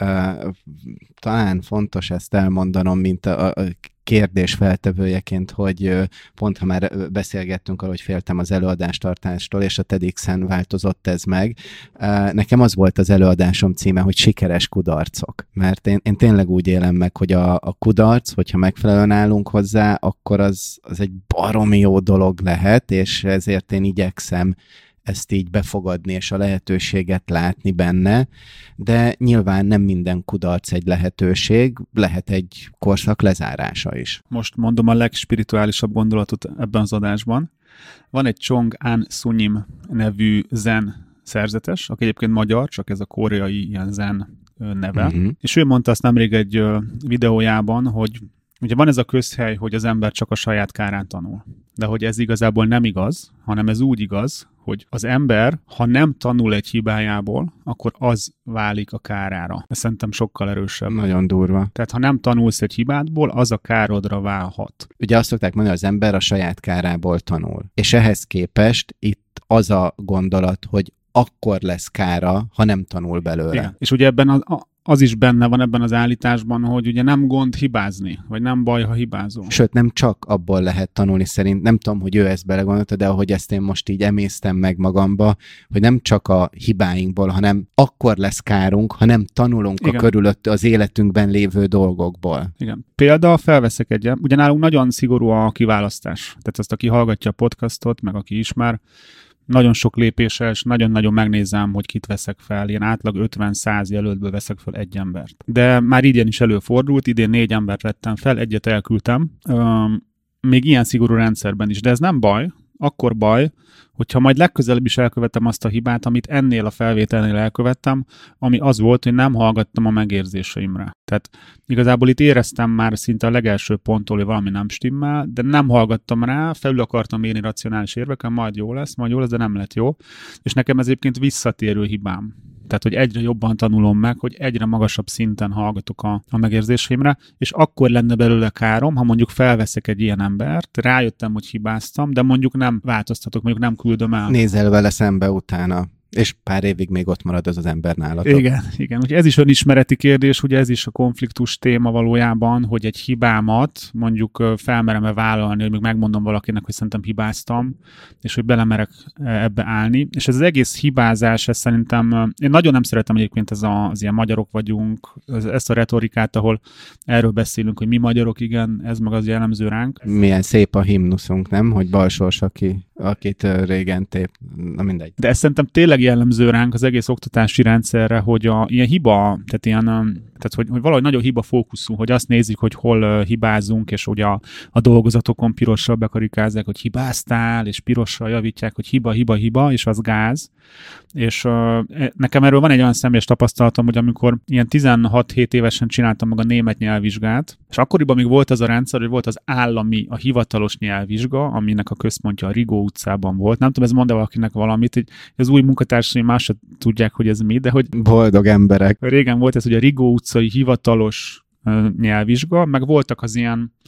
Talán fontos ezt elmondanom, mint a, a kérdés feltevőjeként, hogy pont ha már beszélgettünk arról, hogy féltem az előadástartástól, és a TEDxen változott ez meg. Nekem az volt az előadásom címe, hogy sikeres kudarcok. Mert én, én tényleg úgy élem meg, hogy a, a kudarc, hogyha megfelelően állunk hozzá, akkor az, az egy baromi jó dolog lehet, és ezért én igyekszem ezt így befogadni, és a lehetőséget látni benne, de nyilván nem minden kudarc egy lehetőség, lehet egy korszak lezárása is. Most mondom a legspirituálisabb gondolatot ebben az adásban. Van egy Chong An Sunim nevű zen szerzetes, aki egyébként magyar, csak ez a koreai ilyen zen neve, uh-huh. és ő mondta azt nemrég egy videójában, hogy ugye van ez a közhely, hogy az ember csak a saját kárán tanul. De hogy ez igazából nem igaz, hanem ez úgy igaz, hogy az ember, ha nem tanul egy hibájából, akkor az válik a kárára. Ez szerintem sokkal erősebb. Nagyon durva. Tehát ha nem tanulsz egy hibádból, az a károdra válhat. Ugye azt szokták mondani, hogy az ember a saját kárából tanul. És ehhez képest itt az a gondolat, hogy akkor lesz kára, ha nem tanul belőle. Igen. És ugye ebben az, az is benne van ebben az állításban, hogy ugye nem gond hibázni, vagy nem baj, ha hibázol. Sőt, nem csak abból lehet tanulni szerint, nem tudom, hogy ő ezt belegondolta, de ahogy ezt én most így emésztem meg magamba, hogy nem csak a hibáinkból, hanem akkor lesz kárunk, ha nem tanulunk Igen. a körülött az életünkben lévő dolgokból. Igen. Példa, felveszek egy, ugye nálunk nagyon szigorú a kiválasztás. Tehát azt, aki hallgatja a podcastot, meg aki ismer, nagyon sok lépéssel, és nagyon-nagyon megnézem, hogy kit veszek fel. Ilyen átlag ötven-száz jelöltből veszek fel egy embert. De már idén is előfordult, idén négy embert vettem fel, egyet elküldtem. Üm, még ilyen szigorú rendszerben is, de ez nem baj. Akkor baj, hogyha majd legközelebb is elkövettem azt a hibát, amit ennél a felvételnél elkövettem, ami az volt, hogy nem hallgattam a megérzéseimre. Tehát igazából itt éreztem már szinte a legelső ponttól, hogy valami nem stimmel, de nem hallgattam rá, felül akartam írni racionális érveken, majd jó lesz, majd jó lesz, de nem lett jó. És nekem ez egyébként visszatérő hibám. Tehát, hogy egyre jobban tanulom meg, hogy egyre magasabb szinten hallgatok a, a megérzéseimre, és akkor lenne belőle károm, ha mondjuk felveszek egy ilyen embert, rájöttem, hogy hibáztam, de mondjuk nem változtatok, mondjuk nem küldöm el. Nézel vele szembe utána. És pár évig még ott marad az az ember nálatok. Igen, igen. Ugye ez is önismereti kérdés, ugye ez is a konfliktus téma valójában, hogy egy hibámat mondjuk felmerem-e vállalni, hogy még megmondom valakinek, hogy szerintem hibáztam, és hogy belemerek ebbe állni. És ez az egész hibázás, ez szerintem, én nagyon nem szeretem egyébként ez a, az ilyen magyarok vagyunk, ezt a retorikát, ahol erről beszélünk, hogy mi magyarok, igen, ez meg az jellemző ránk. Milyen szép a himnuszunk, nem? Hogy Balsors, aki, akit régen tép, na mindegy. De ez szerintem tényleg jellemző ránk az egész oktatási rendszerre, hogy a ilyen hiba, tehát ilyen, tehát hogy, hogy valahogy nagyon hiba fókuszú, hogy azt nézzük, hogy hol uh, hibázunk, és hogy a, a dolgozatokon pirossal bekarikázzák, hogy hibáztál, és pirossal javítják, hogy hiba, hiba, hiba, és az gáz. És uh, nekem erről van egy olyan személyes tapasztalatom, hogy amikor ilyen tizenhat-hét évesen csináltam meg a német nyelvvizsgát, és akkoriban még volt az a rendszer, hogy volt az állami, a hivatalos nyelvvizsga, aminek a központja a Rigó utcában volt. Nem tudom, ez mond-e valakinek valamit, hogy az új munkatársaim más se tudják, hogy ez mi, de hogy boldog emberek. Régen volt ez, hogy a Rigó utcai hivatalos uh, nyelvvizsga, meg voltak az ilyen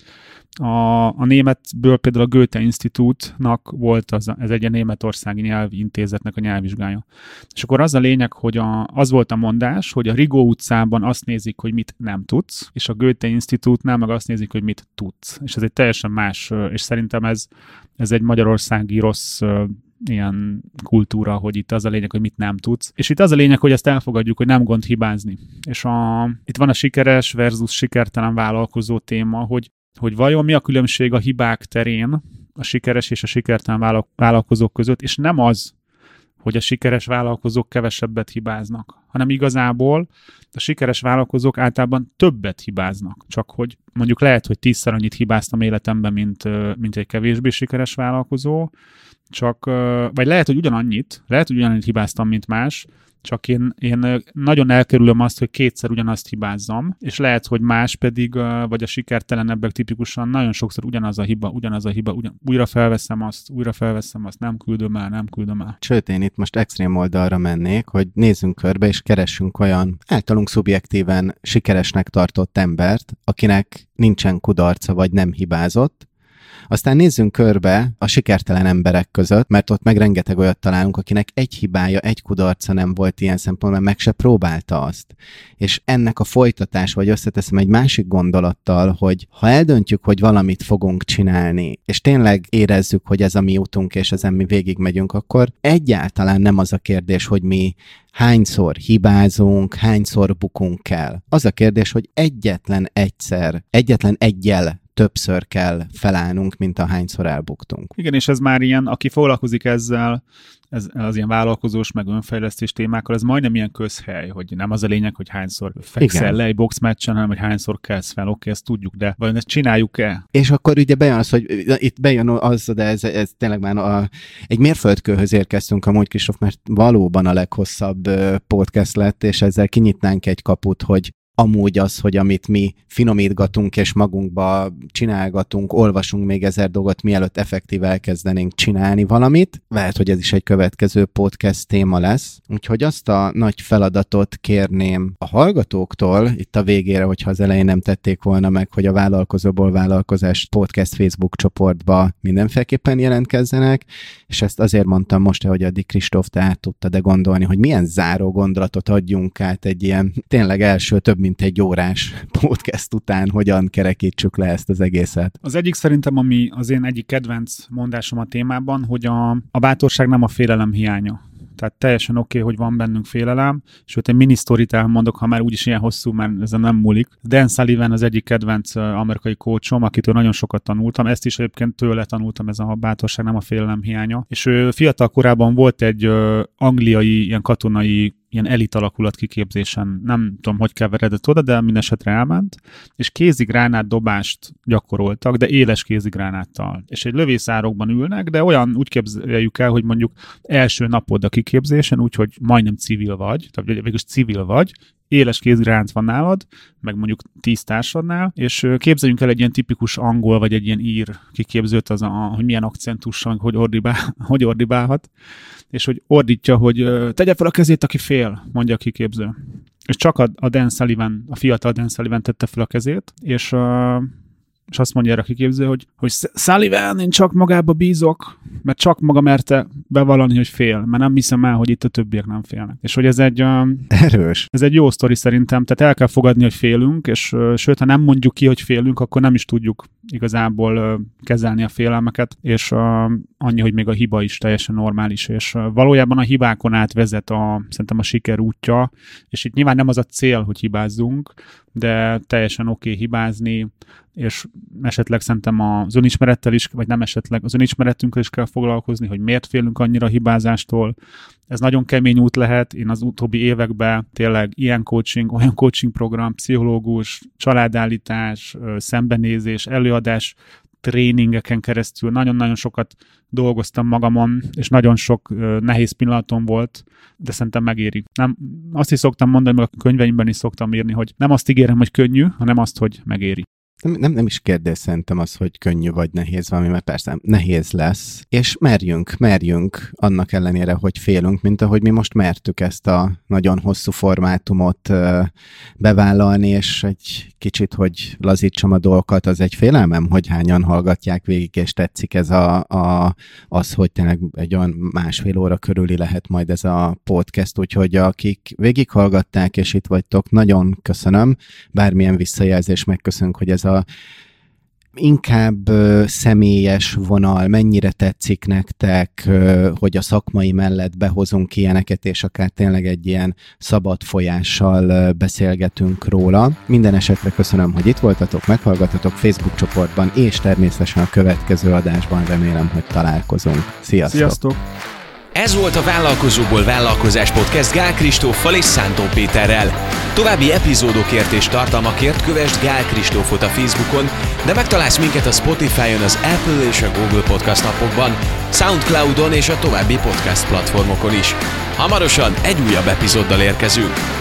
A, a németből például a Goethe Institute-nak volt az, ez egy németországi nyelvi intézetnek a nyelvvizsgája. És akkor az a lényeg, hogy a, az volt a mondás, hogy a Rigó utcában azt nézik, hogy mit nem tudsz, és a Goethe Institute-nál meg azt nézik, hogy mit tudsz. És ez egy teljesen más, és szerintem ez, ez egy magyarországi rossz ilyen kultúra, hogy itt az a lényeg, hogy mit nem tudsz. És itt az a lényeg, hogy ezt elfogadjuk, hogy nem gond hibázni. És a, itt van a sikeres versus sikertelen vállalkozó téma, hogy hogy vajon mi a különbség a hibák terén a sikeres és a sikertelen vállalkozók között, és nem az, hogy a sikeres vállalkozók kevesebbet hibáznak, hanem igazából a sikeres vállalkozók általában többet hibáznak, csak hogy mondjuk lehet, hogy tízszer annyit hibáztam életemben, mint, mint egy kevésbé sikeres vállalkozó, csak, vagy lehet, hogy ugyanannyit, lehet, hogy ugyanannyit hibáztam, mint más, csak én, én nagyon elkerülöm azt, hogy kétszer ugyanazt hibázzam, és lehet, hogy más pedig, vagy a sikertelenebbek tipikusan nagyon sokszor ugyanaz a hiba, ugyanaz a hiba, ugyan, újra felveszem azt, újra felveszem azt, nem küldöm el, nem küldöm el. Sőt, én itt most extrém oldalra mennék, hogy nézzünk körbe, és keressünk olyan általunk szubjektíven sikeresnek tartott embert, akinek nincsen kudarca, vagy nem hibázott. Aztán nézzünk körbe a sikertelen emberek között, mert ott meg rengeteg olyat találunk, akinek egy hibája, egy kudarca nem volt ilyen szempontból, meg se próbálta azt. És ennek a folytatás, vagy összeteszem egy másik gondolattal, hogy ha eldöntjük, hogy valamit fogunk csinálni, és tényleg érezzük, hogy ez a mi útunk, és ezen mi végigmegyünk, akkor egyáltalán nem az a kérdés, hogy mi hányszor hibázunk, hányszor bukunk el. Az a kérdés, hogy egyetlen egyszer, egyetlen egyel többször kell felállnunk, mint ahányszor elbuktunk. Igen, és ez már ilyen, aki foglalkozik ezzel, ez, az ilyen vállalkozós, meg önfejlesztés témákkal, ez majdnem ilyen közhely, hogy nem az a lényeg, hogy hányszor fekszel Igen. le egy boxmeccsen, hanem hogy hányszor kelsz fel, oké, ezt tudjuk, de vajon ezt csináljuk-e? És akkor ugye bejön az, hogy itt bejön az, de ez, ez tényleg már a, egy mérföldkőhöz érkeztünk amúgy, Kristóf, mert valóban a leghosszabb podcast lett, és ezzel kinyitnánk egy kaput, hogy amúgy az, hogy amit mi finomítgatunk és magunkba csinálgatunk, olvasunk még ezer dolgot, mielőtt effektív elkezdenénk csinálni valamit. Lehet, hogy ez is egy következő podcast téma lesz. Úgyhogy azt a nagy feladatot kérném a hallgatóktól, itt a végére, hogyha az elején nem tették volna meg, hogy a Vállalkozóból Vállalkozás podcast Facebook csoportba mindenféleképpen jelentkezzenek, és ezt azért mondtam most, hogy addig Kristóf, te át tudtad-e gondolni, hogy milyen záró gondolatot adjunk át egy ilyen tényleg első több mint egy órás podcast után, hogyan kerekítsük le ezt az egészet. Az egyik szerintem, ami az én egyik kedvenc mondásom a témában, hogy a, a bátorság nem a félelem hiánya. Tehát teljesen oké, okay, hogy van bennünk félelem, sőt, egy mini sztorit elmondok, ha már úgyis ilyen hosszú, mert ezen nem múlik. Dan Sullivan az egyik kedvenc amerikai coachom, akitől nagyon sokat tanultam, ezt is egyébként tőle tanultam, ez a bátorság nem a félelem hiánya. És ő fiatal korában volt egy uh, angliai, ilyen katonai ilyen elit alakulat kiképzésen, nem tudom, hogy keveredett oda, de minden esetre elment, és kézigránát dobást gyakoroltak, de éles kézigránáttal. És egy lövészárokban ülnek, de olyan úgy képzeljük el, hogy mondjuk első napod a kiképzésen, úgyhogy majdnem civil vagy, tehát végülis civil vagy, éles kézigránát van nálad, meg mondjuk tíz társadnál, és képzeljünk el egy ilyen tipikus angol, vagy egy ilyen ír kiképzőt, az a, hogy milyen akcentussal, hogy ordibál, hogy ordibálhat, és hogy ordítja, hogy tegye fel a kezét, aki fél, mondja a kiképző. És csak a, a Dan Sullivan, a fiatal Dan Sullivan tette fel a kezét, és, uh, és azt mondja erre a kiképző, hogy, hogy Sullivan, én csak magába bízok, mert csak maga merte bevallani, hogy fél, mert nem hiszem el, hogy itt a többiek nem félnek. És hogy ez egy... Uh, Erős. Ez egy jó sztori szerintem, tehát el kell fogadni, hogy félünk, és uh, sőt, ha nem mondjuk ki, hogy félünk, akkor nem is tudjuk igazából uh, kezelni a félelmeket, és uh, annyi, hogy még a hiba is teljesen normális, és uh, valójában a hibákon át vezet a, szerintem a siker útja, és itt nyilván nem az a cél, hogy hibázzunk, de teljesen oké okay hibázni, és esetleg szerintem az önismerettel is, vagy nem esetleg az önismeretünkkel is kell foglalkozni, hogy miért félünk annyira a hibázástól. Ez nagyon kemény út lehet. Én az utóbbi években tényleg ilyen coaching, olyan coaching program, pszichológus, családállítás, szembenézés, előadás, tréningeken keresztül nagyon-nagyon sokat dolgoztam magamon, és nagyon sok uh, nehéz pillanatom volt, de szerintem megéri. Nem, azt is szoktam mondani, meg a könyveimben is szoktam írni, hogy nem azt ígérem, hogy könnyű, hanem azt, hogy megéri. Nem, nem, nem is kérdés szerintem az, hogy könnyű vagy nehéz valami, mert persze nehéz lesz, és merjünk, merjünk annak ellenére, hogy félünk, mint ahogy mi most mertük ezt a nagyon hosszú formátumot uh, bevállalni, és egy kicsit, hogy lazítsam a dolgokat, az egy félelmem, hogy hányan hallgatják végig, és tetszik ez a, a, az, hogy tényleg egy olyan másfél óra körüli lehet majd ez a podcast, úgyhogy akik végighallgatták, és itt vagytok, nagyon köszönöm, bármilyen visszajelzés megköszönünk, hogy ez a inkább ö, személyes vonal, mennyire tetszik nektek, ö, hogy a szakmai mellett behozunk ilyeneket, és akár tényleg egy ilyen szabad folyással ö, beszélgetünk róla. Minden esetre köszönöm, hogy itt voltatok, meghallgatatok Facebook csoportban, és természetesen a következő adásban remélem, hogy találkozunk. Sziasztok! Sziasztok! Ez volt a Vállalkozóból Vállalkozás Podcast Gál Kristóffal és Szántó Péterrel. További epizódokért és tartalmakért kövesd Gál Kristófot a Facebookon, de megtalálsz minket a Spotify-on, az Apple és a Google Podcast appokban, SoundCloudon és a további podcast platformokon is. Hamarosan egy újabb epizóddal érkezünk.